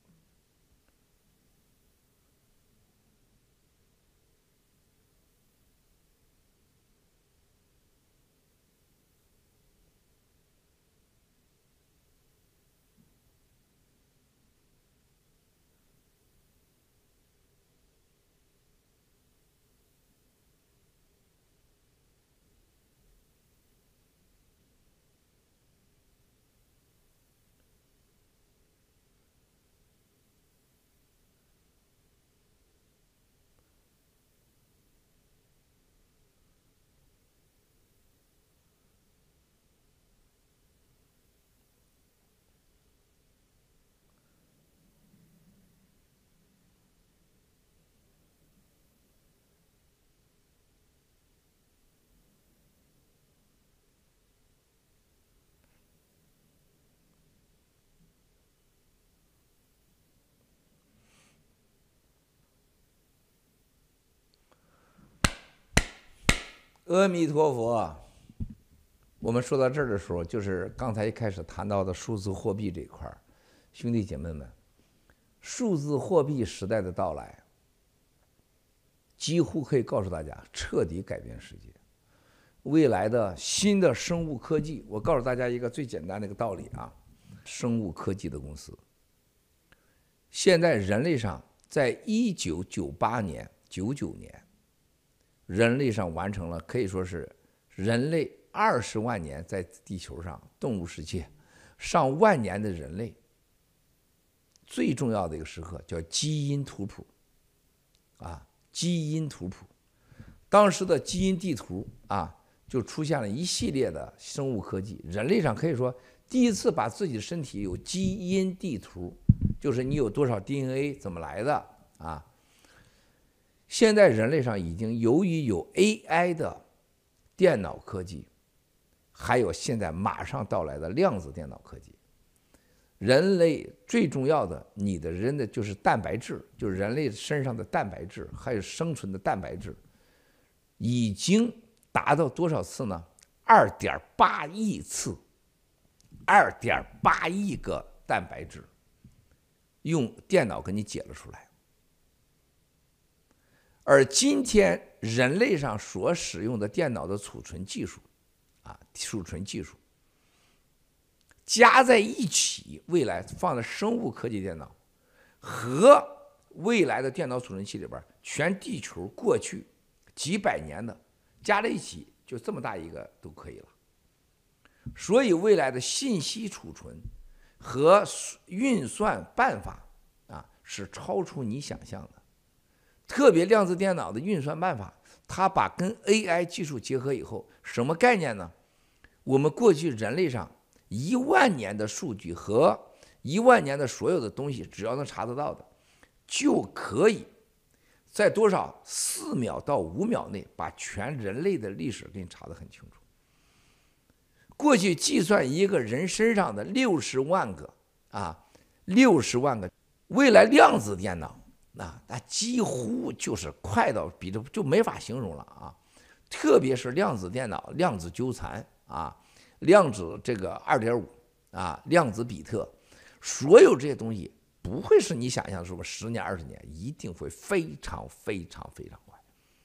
阿弥陀佛。我们说到这儿的时候，就是刚才一开始谈到的数字货币这一块，兄弟姐妹们， 数字货币时代的到来，几乎可以告诉大家，彻底改变世界。未来的新的生物科技，我告诉大家一个最简单的一个道理啊，生物科技的公司，现在人类上在1998年、99年，人类上完成了可以说是人类20万年在地球上动物世界上万年的人类最重要的一个时刻，叫基因图谱啊，基因图谱。当时的基因地图啊，就出现了一系列的生物科技。人类上可以说第一次把自己的身体有基因地图，就是你有多少 DNA 怎么来的啊。现在人类上已经由于有 AI 的电脑科技，还有现在马上到来的量子电脑科技，人类最重要的，你的人的就是蛋白质，就是人类身上的蛋白质，还有生存的蛋白质，已经达到多少次呢？2.8亿次，2.8亿个蛋白质，用电脑给你解了出来。而今天人类上所使用的电脑的储存技术，储存技术加在一起，未来放在生物科技电脑和未来的电脑储存器里边，全地球过去几百年的加在一起，就这么大一个都可以了。所以未来的信息储存和运算办法是超出你想象的。特别量子电脑的运算办法，它把跟 AI 技术结合以后，什么概念呢？我们过去人类上1万年的数据和1万年的所有的东西，只要能查得到的，就可以在多少4秒到5秒内把全人类的历史给你查得很清楚。过去计算一个人身上的60万个，60万个，未来量子电脑那几乎就是快到比这就没法形容了啊！特别是量子电脑、量子纠缠量子这个2.5量子比特，所有这些东西不会是你想象什么10年、20年，一定会非常非常非常快。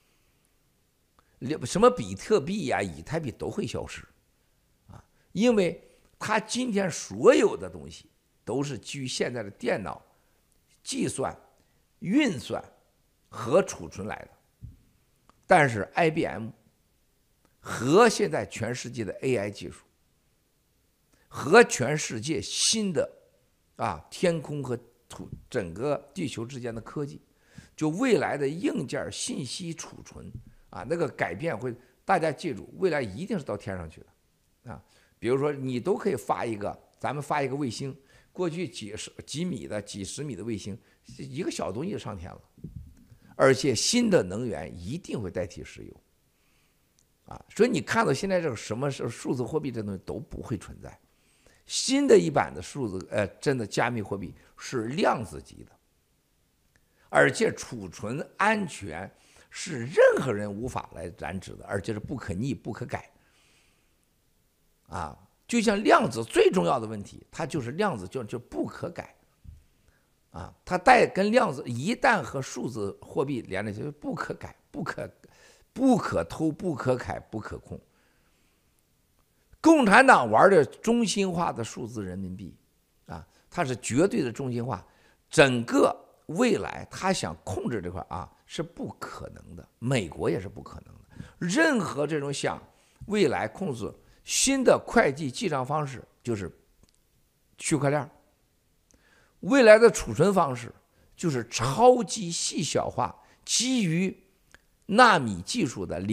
什么比特币以太币都会消失因为它今天所有的东西都是基于现在的电脑计算、运算和储存来的。但是 IBM 和现在全世界的 AI 技术，和全世界新的天空和整个地球之间的科技，就未来的硬件信息储存那个改变会，大家记住，未来一定是到天上去的比如说你都可以发一个，咱们发一个卫星，过去几米的、几十米的卫星，一个小东西就上天了。而且新的能源一定会代替石油所以你看到现在这个什么数字货币这东西都不会存在。新的一版的真的加密货币是量子级的，而且储存安全是任何人无法来染指的，而且是不可逆、不可改就像量子最重要的问题，它就是量子就不可改它跟量子一旦和数字货币连在一起，就不可改、不可偷、不可改、不可控。共产党玩的中心化的数字人民币它是绝对的中心化，整个未来他想控制这块是不可能的，美国也是不可能的。任何这种想未来控制新的会计记账方式就是区块链，未来的储存方式就是超级细小化，基于纳米技术的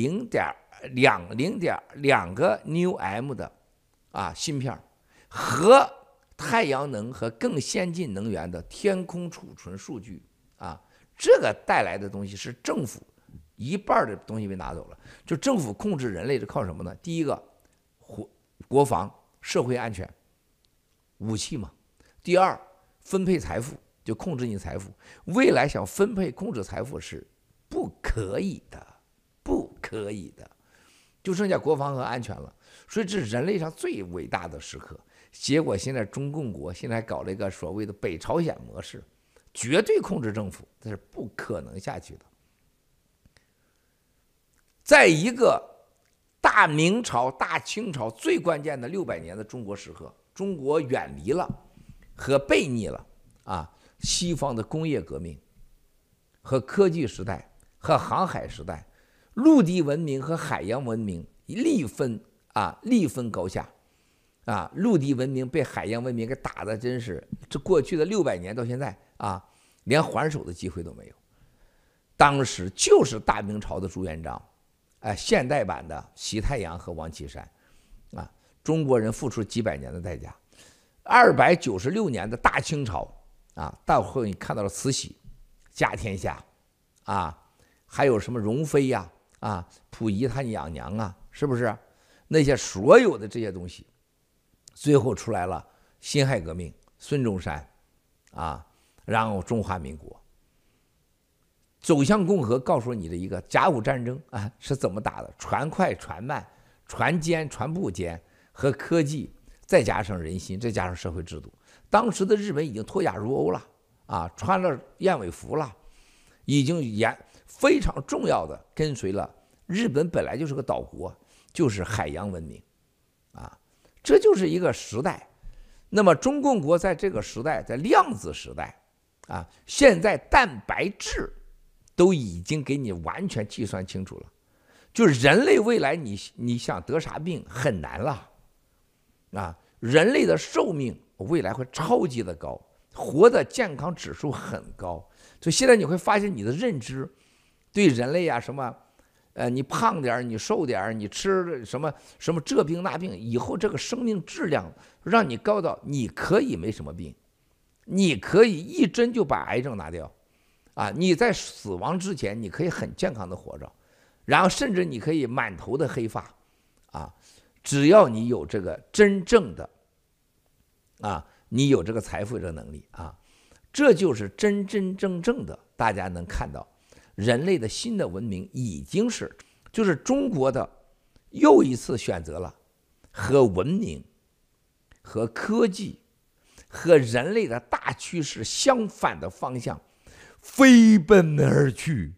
0.2个 νm 的芯片，和太阳能和更先进能源的天空储存数据这个带来的东西是政府一半的东西被拿走了。就政府控制人类是靠什么呢？第一个国防、社会安全、武器嘛。第二，分配财富，就控制你财富。未来想分配控制财富是不可以的，不可以的，就剩下国防和安全了。所以这是人类上最伟大的时刻。结果现在中共国现在搞了一个所谓的北朝鲜模式， 绝对控制政府，这是不可能下去的。在一个大明朝、大清朝最关键的600年的中国时刻，中国远离了和背逆了西方的工业革命和科技时代和航海时代，陆地文明和海洋文明力分高下陆地文明被海洋文明给打的真是，这过去的600年到现在连还手的机会都没有。当时就是大明朝的朱元璋，现代版的西太阳和王岐山中国人付出几百年的代价。296年的大清朝到后你看到了慈禧、家天下还有什么容妃溥仪他娘娘是不是？那些所有的这些东西，最后出来了辛亥革命，孙中山然后中华民国走向共和，告诉你的一个甲午战争是怎么打的，船快船慢，船坚船不坚，和科技再加上人心，再加上社会制度。当时的日本已经脱亚入欧了穿了燕尾服了，已经非常重要的跟随了日本本来就是个岛国，就是海洋文明这就是一个时代。那么中共国在这个时代，在量子时代现在蛋白质都已经给你完全计算清楚了，就是人类未来你想得啥病很难了人类的寿命未来会超级的高，活的健康指数很高。所以现在你会发现你的认知对人类什么你胖点你瘦点你吃什么这病那病，以后这个生命质量让你高到你可以没什么病，你可以一针就把癌症拿掉你在死亡之前你可以很健康的活着，然后甚至你可以满头的黑发只要你有这个真正的你有这个财富这个能力这就是真真正正的大家能看到人类的新的文明已经就是中国的又一次选择了和文明和科技和人类的大趋势相反的方向飞奔而去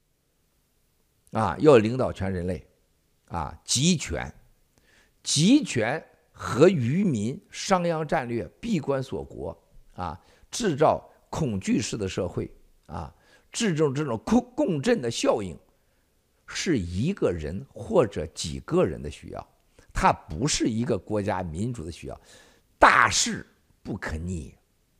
要领导全人类集权和愚民商鞅战略闭关锁国制造恐惧式的社会制造这种共振的效应，是一个人或者几个人的需要，它不是一个国家民主的需要。大势不可逆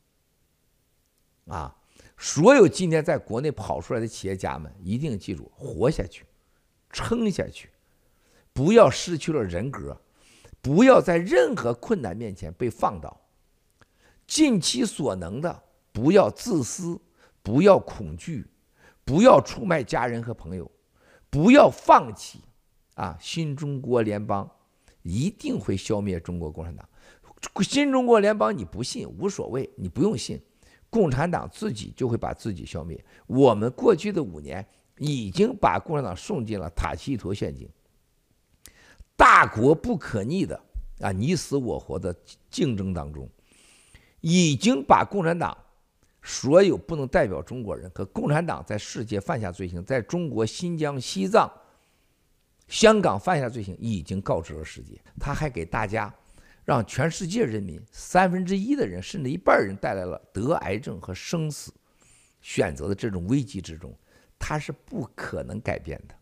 所有今天在国内跑出来的企业家们一定记住，活下去，撑下去，不要失去了人格，不要在任何困难面前被放倒，尽其所能的不要自私，不要恐惧，不要出卖家人和朋友，不要放弃新中国联邦一定会消灭中国共产党。新中国联邦你不信无所谓，你不用信，共产党自己就会把自己消灭。我们过去的5年已经把共产党送进了塔希佗陷阱，大国不可逆的你死我活的竞争当中，已经把共产党所有不能代表中国人和共产党在世界犯下罪行，在中国新疆、西藏、香港犯下罪行已经告知了世界。他还给大家让全世界人民1/3的人甚至1半人带来了得癌症和生死选择的这种危机之中，它是不可能改变的。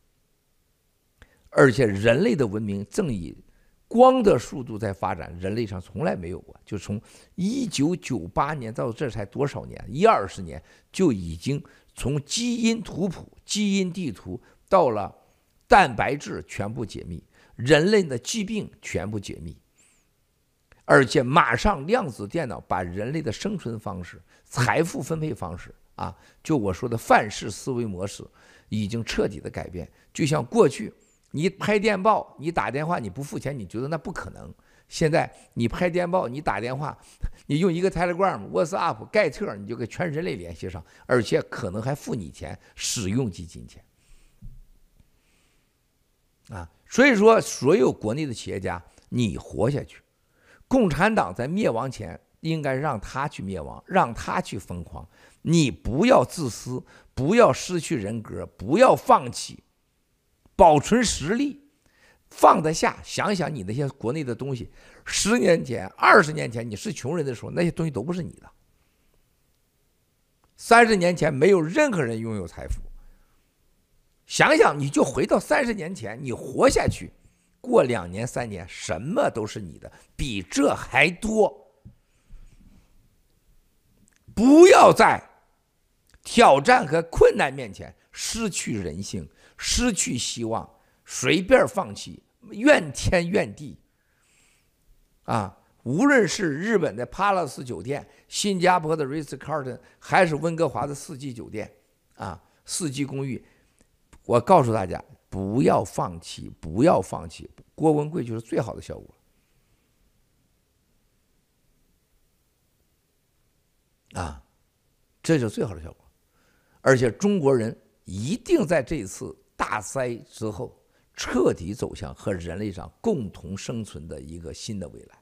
而且人类的文明正以光的速度在发展，人类上从来没有过，就从1998年到这才多少年，20年就已经从基因图谱、基因地图到了蛋白质全部解密，人类的疾病全部解密，而且马上量子电脑把人类的生存方式、财富分配方式就我说的范式思维模式已经彻底的改变。就像过去你拍电报，你打电话你不付钱，你觉得那不可能。现在你拍电报，你打电话，你用一个 Telegram、WhatsApp、盖特，你就跟全人类联系上，而且可能还付你钱，使用即金钱所以说，所有国内的企业家，你活下去。共产党在灭亡前应该让他去灭亡，让他去疯狂。你不要自私，不要失去人格，不要放弃，保存实力，放得下。想想你那些国内的东西，10年前、20年前你是穷人的时候，那些东西都不是你的。30年前没有任何人拥有财富。想想，你就回到30年前，你活下去，过2年、3年，什么都是你的，比这还多。不要在挑战和困难面前失去人性，失去希望，随便放弃，怨天怨地。无论是日本的帕拉斯酒店、新加坡的瑞斯卡尔顿，还是温哥华的4季酒店，4季公寓，我告诉大家，不要放弃，不要放弃。郭文贵就是最好的效果。这就是最好的效果。而且中国人一定在这次大灾之后，彻底走向和人类上共同生存的一个新的未来。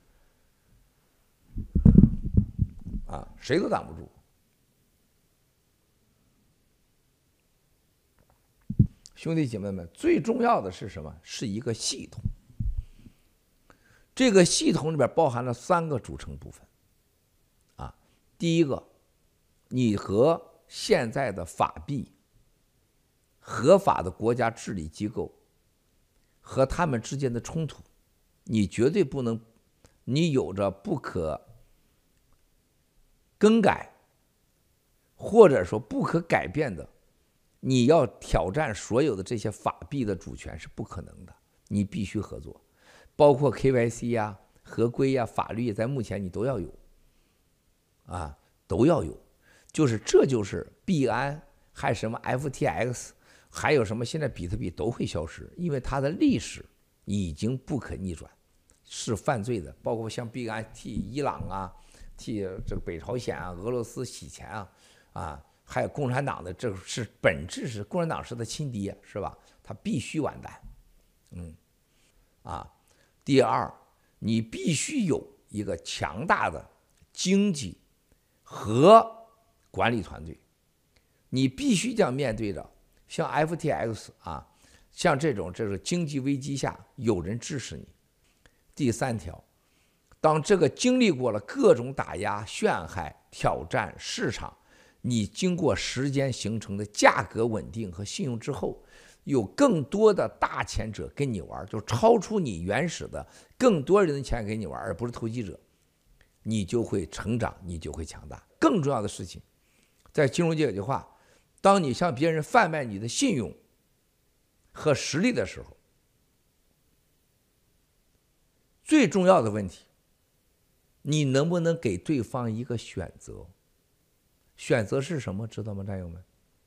谁都挡不住。兄弟姐妹们，最重要的是什么？是一个系统。这个系统里边包含了3个组成部分。第一个，你和现在的法币、合法的国家治理机构和他们之间的冲突，你绝对不能，你有着不可更改或者说不可改变的，你要挑战所有的这些法币的主权是不可能的。你必须合作，包括 KYC 合规法律，在目前你都要有。都要有，这就是币安，还什么 FTX， 还有什么现在比特币都会消失，因为它的历史已经不可逆转，是犯罪的。包括像币安替伊朗替这个北朝鲜俄罗斯洗钱还有共产党的，这是本质是共产党是他亲爹，是吧？他必须完蛋。第二，你必须有一个强大的经济和管理团队，你必须将面对着像 FTX 像这种经济危机下有人支持你。第3条，当这个经历过了各种打压、陷害、挑战市场，你经过时间形成的价格稳定和信用之后，有更多的大钱者跟你玩，就超出你原始的更多人的钱给你玩，而不是投机者，你就会成长，你就会强大。更重要的事情，在金融界有句话，当你向别人贩卖你的信用和实力的时候，最重要的问题，你能不能给对方一个选择？选择是什么？知道吗，战友们？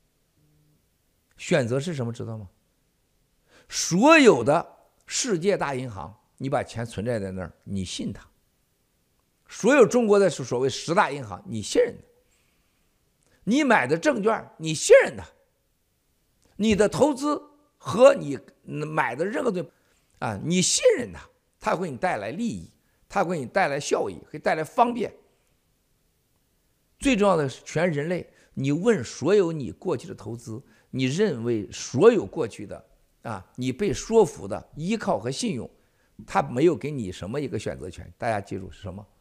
选择是什么？知道吗？所有的世界大银行，你把钱存在那儿，你信他；所有中国的所谓10大银行，你信任他；你买的证券，你信任他；你的投资和你买的任何东西你信任他，他会给你带来利益，他会给你带来效益，会带来方便。最重要的是，全人类，你问所有你过去的投资，你认为所有过去的你被说服的依靠和信用，他没有给你什么一个选择权。大家记住是什么？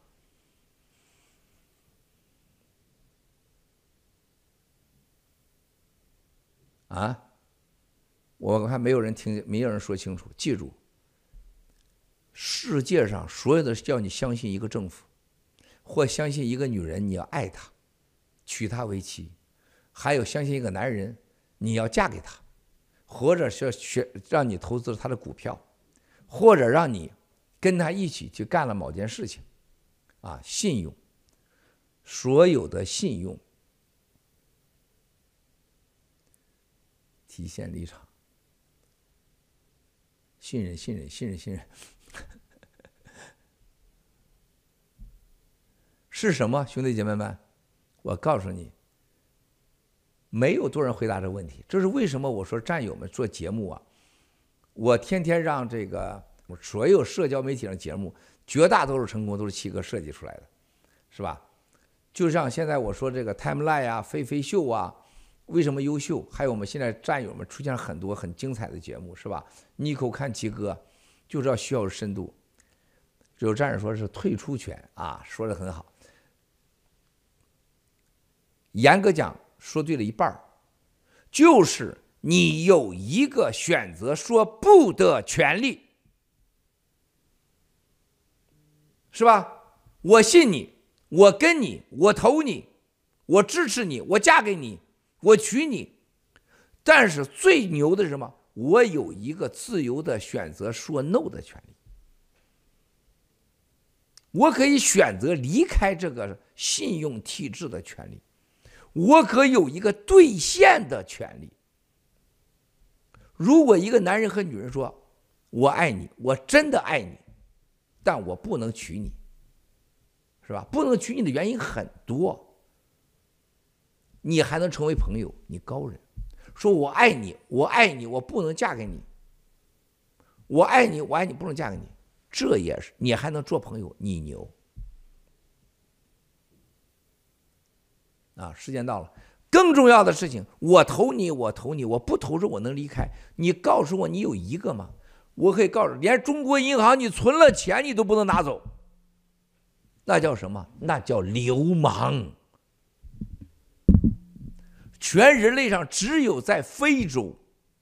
我看没有人听，没有人说清楚。记住，世界上所有的叫你相信一个政府，或相信一个女人，你要爱她，娶她为妻；还有相信一个男人，你要嫁给他，或者是让你投资他的股票，或者让你跟他一起去干了某件事情信用，所有的信用体现立场，信任是什么？兄弟姐妹们，我告诉你，没有多人回答这个问题。这是为什么我说战友们做节目我天天让所有社交媒体上节目绝大多数成功都是7哥设计出来的。 是吧？就像现在我说这个 Timeline 啊、飞飞秀啊，为什么优秀？还有我们现在战友们出现了很多很精彩的节目，是吧？Nico 看奇哥就知道需要深度。有战友说是退出权啊，说的很好。严格讲，说对了一半，就是你有一个选择说不的权利，是吧？我信你，我跟你，我投你，我支持你，我嫁给你，我娶你。但是最牛的是什么？我有一个自由的选择说 no 的权利，我可以选择离开这个信用体制的权利，我可有一个兑现的权利。如果一个男人和女人说我爱你，我真的爱你，但我不能娶你，是吧？不能娶你的原因很多，你还能成为朋友，你高人。说我爱你，我爱你，我不能嫁给你，我爱你，我爱你，不能嫁给你，这也是你还能做朋友，你牛啊！时间到了，更重要的事情，我投你，我投你，我不投着我能离开。你告诉我你有一个吗？我可以告诉你，连中国银行你存了钱你都不能拿走，那叫什么？那叫流氓。全人类上只有在非洲，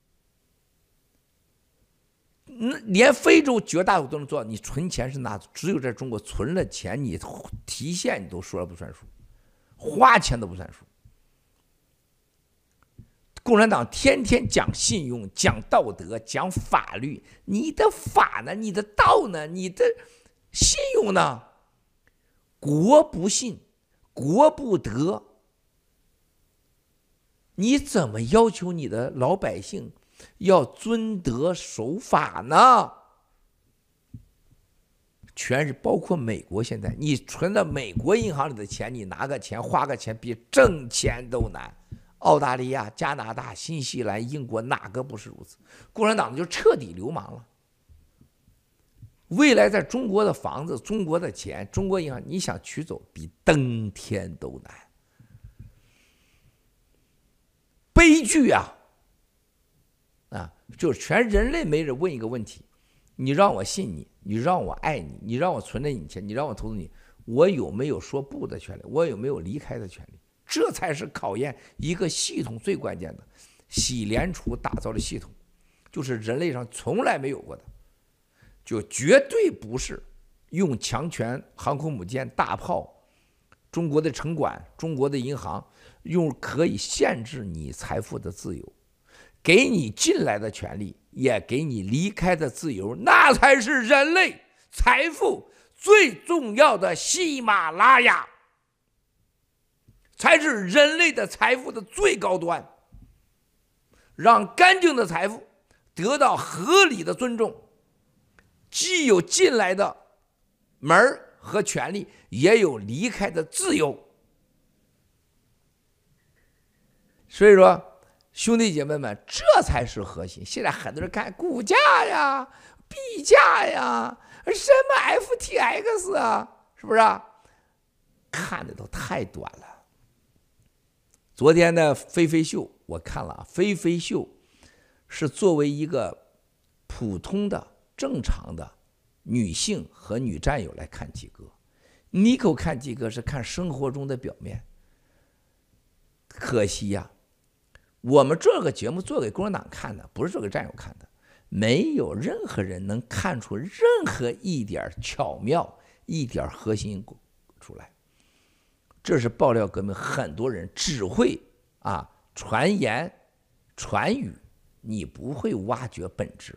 连非洲绝大多数都能做到，你存钱是拿走，只有在中国存了钱，你提现你都说了不算数，花钱都不算数。共产党天天讲信用、讲道德、讲法律，你的法呢？你的道呢？你的信用呢？国不信，国不得。你怎么要求你的老百姓要遵德守法呢？全是包括美国，现在你存到美国银行里的钱，你拿个钱花个钱比挣钱都难。澳大利亚、加拿大、新西兰、英国哪个不是如此？共产党就彻底流氓了。未来在中国的房子、中国的钱、中国银行，你想取走比登天都难。悲剧啊！就是全人类没人问一个问题：你让我信你，你让我爱你，你让我存着你钱，你让我投资你，我有没有说不的权利？我有没有离开的权利？这才是考验一个系统最关键的。洗联储打造的系统，就是人类上从来没有过的，就绝对不是用强权、航空母舰、大炮、中国的城管、中国的银行。用可以限制你财富的自由，给你进来的权利，也给你离开的自由，那才是人类财富最重要的喜马拉雅，才是人类的财富的最高端。让干净的财富得到合理的尊重，既有进来的门和权利，也有离开的自由。所以说，兄弟姐妹们，这才是核心。现在很多人看股价呀、币价呀、什么 FTX 啊，是不是啊？看的都太短了。昨天的飞飞秀我看了，飞飞秀是作为一个普通的、正常的女性和女战友来看几个。Nico 看几个是看生活中的表面。可惜呀。我们这个节目做给共产党看的，不是做给战友看的，没有任何人能看出任何一点巧妙、一点核心出来。这是爆料革命，很多人只会传言、传语，你不会挖掘本质，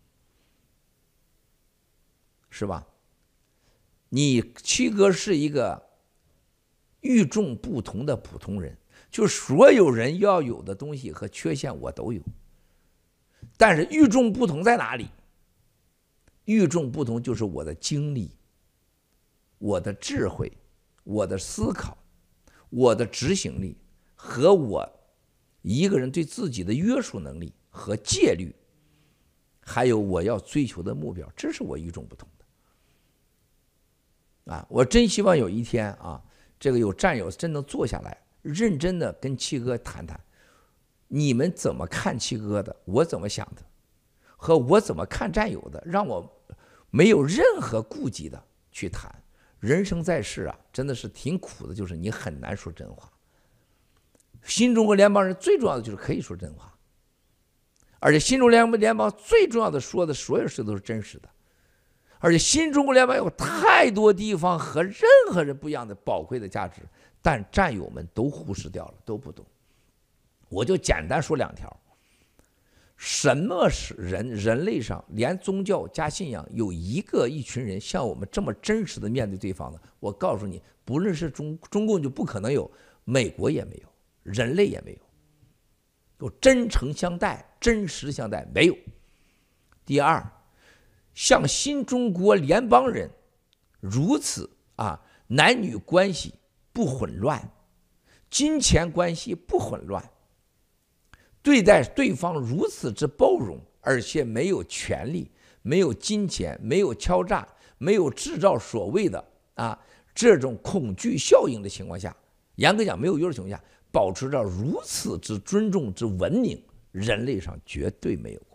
是吧？你七哥是一个与众不同的普通人。就所有人要有的东西和缺陷我都有，但是与众不同在哪里？与众不同就是我的经历、我的智慧、我的思考、我的执行力和我一个人对自己的约束能力和戒律，还有我要追求的目标，这是我与众不同啊！我真希望有一天啊，这个有战友真能坐下来，认真的跟七哥谈谈，你们怎么看七哥的，我怎么想的，和我怎么看战友的，让我没有任何顾忌的去谈。人生在世啊，真的是挺苦的，就是你很难说真话。新中国联邦人最重要的就是可以说真话，而且新中国联邦最重要的说的所有事都是真实的。而且新中国联邦有太多地方和任何人不一样的宝贵的价值，但战友们都忽视掉了，都不懂。我就简单说2条：什么是人类上连宗教加信仰有一群人像我们这么真实的面对对方的？我告诉你，不论是中共就不可能有，美国也没有，人类也没有，有真诚相待、真实相待没有。第二，像新中国联邦人如此啊，男女关系不混乱，金钱关系不混乱，对待对方如此之包容，而且没有权利，没有金钱，没有敲诈，没有制造所谓的这种恐惧效应的情况下，严格讲没有约束情况下，保持着如此之尊重之文明，人类上绝对没有过。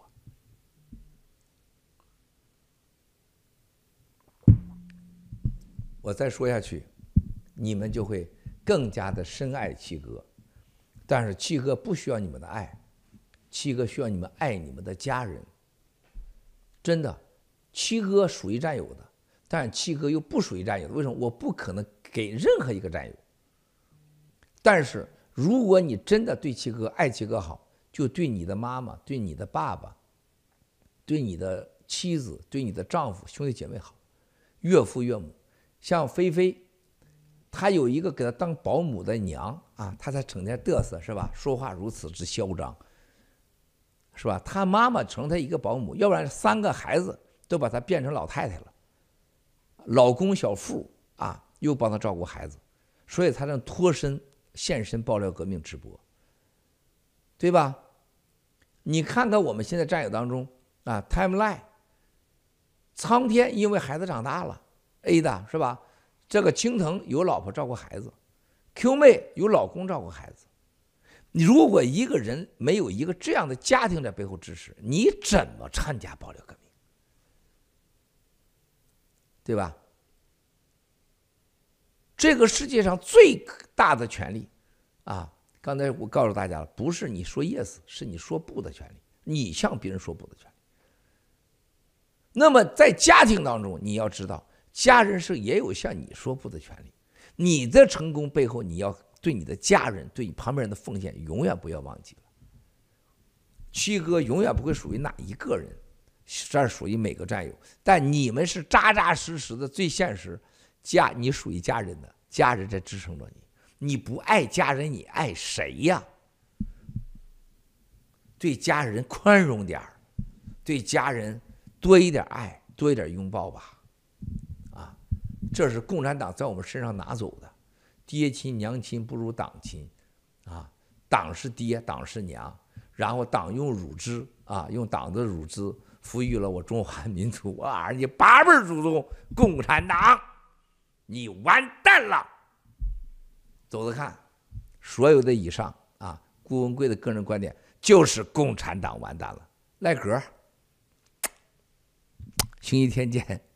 我再说下去，你们就会更加的深爱七哥。但是七哥不需要你们的爱，七哥需要你们爱你们的家人。真的，七哥属于战友的，但是七哥又不属于战友的。为什么？我不可能给任何一个战友。但是如果你真的对七哥爱七哥好，就对你的妈妈、对你的爸爸、对你的妻子、对你的丈夫、兄弟姐妹好，岳父岳母。像菲菲，她有一个给她当保姆的娘啊，她才整天嘚瑟是吧？说话如此之嚣张，是吧？她妈妈成她一个保姆，要不然3个孩子都把她变成老太太了，老公小富啊又帮她照顾孩子，所以她能脱身现身爆料革命直播，对吧？你看看我们现在战友当中啊 ，timeline， 苍天因为孩子长大了。A 的是吧？这个青藤有老婆照顾孩子 ，Q 妹有老公照顾孩子。你如果一个人没有一个这样的家庭在背后支持，你怎么参加爆料革命？对吧？这个世界上最大的权利啊，刚才我告诉大家了，不是你说 yes， 是你说不的权利，你向别人说不的权利。那么在家庭当中，你要知道。家人是也有向你说不的权利，你的成功背后，你要对你的家人、对你旁边人的奉献，永远不要忘记了。七哥永远不会属于哪一个人，这属于每个战友，但你们是扎扎实实的最现实，你属于家人的，家人在支撑着你，你不爱家人，你爱谁呀？对家人宽容点，对家人多一点爱，多一点拥抱吧。这是共产党在我们身上拿走的，爹亲娘亲不如党亲，党是爹，党是娘，然后党用乳汁用党的乳汁抚育了我中华民族，你8辈祖宗，共产党，你完蛋了。走着看，所有的以上顾文贵的个人观点就是共产党完蛋了。赖格，星期天见。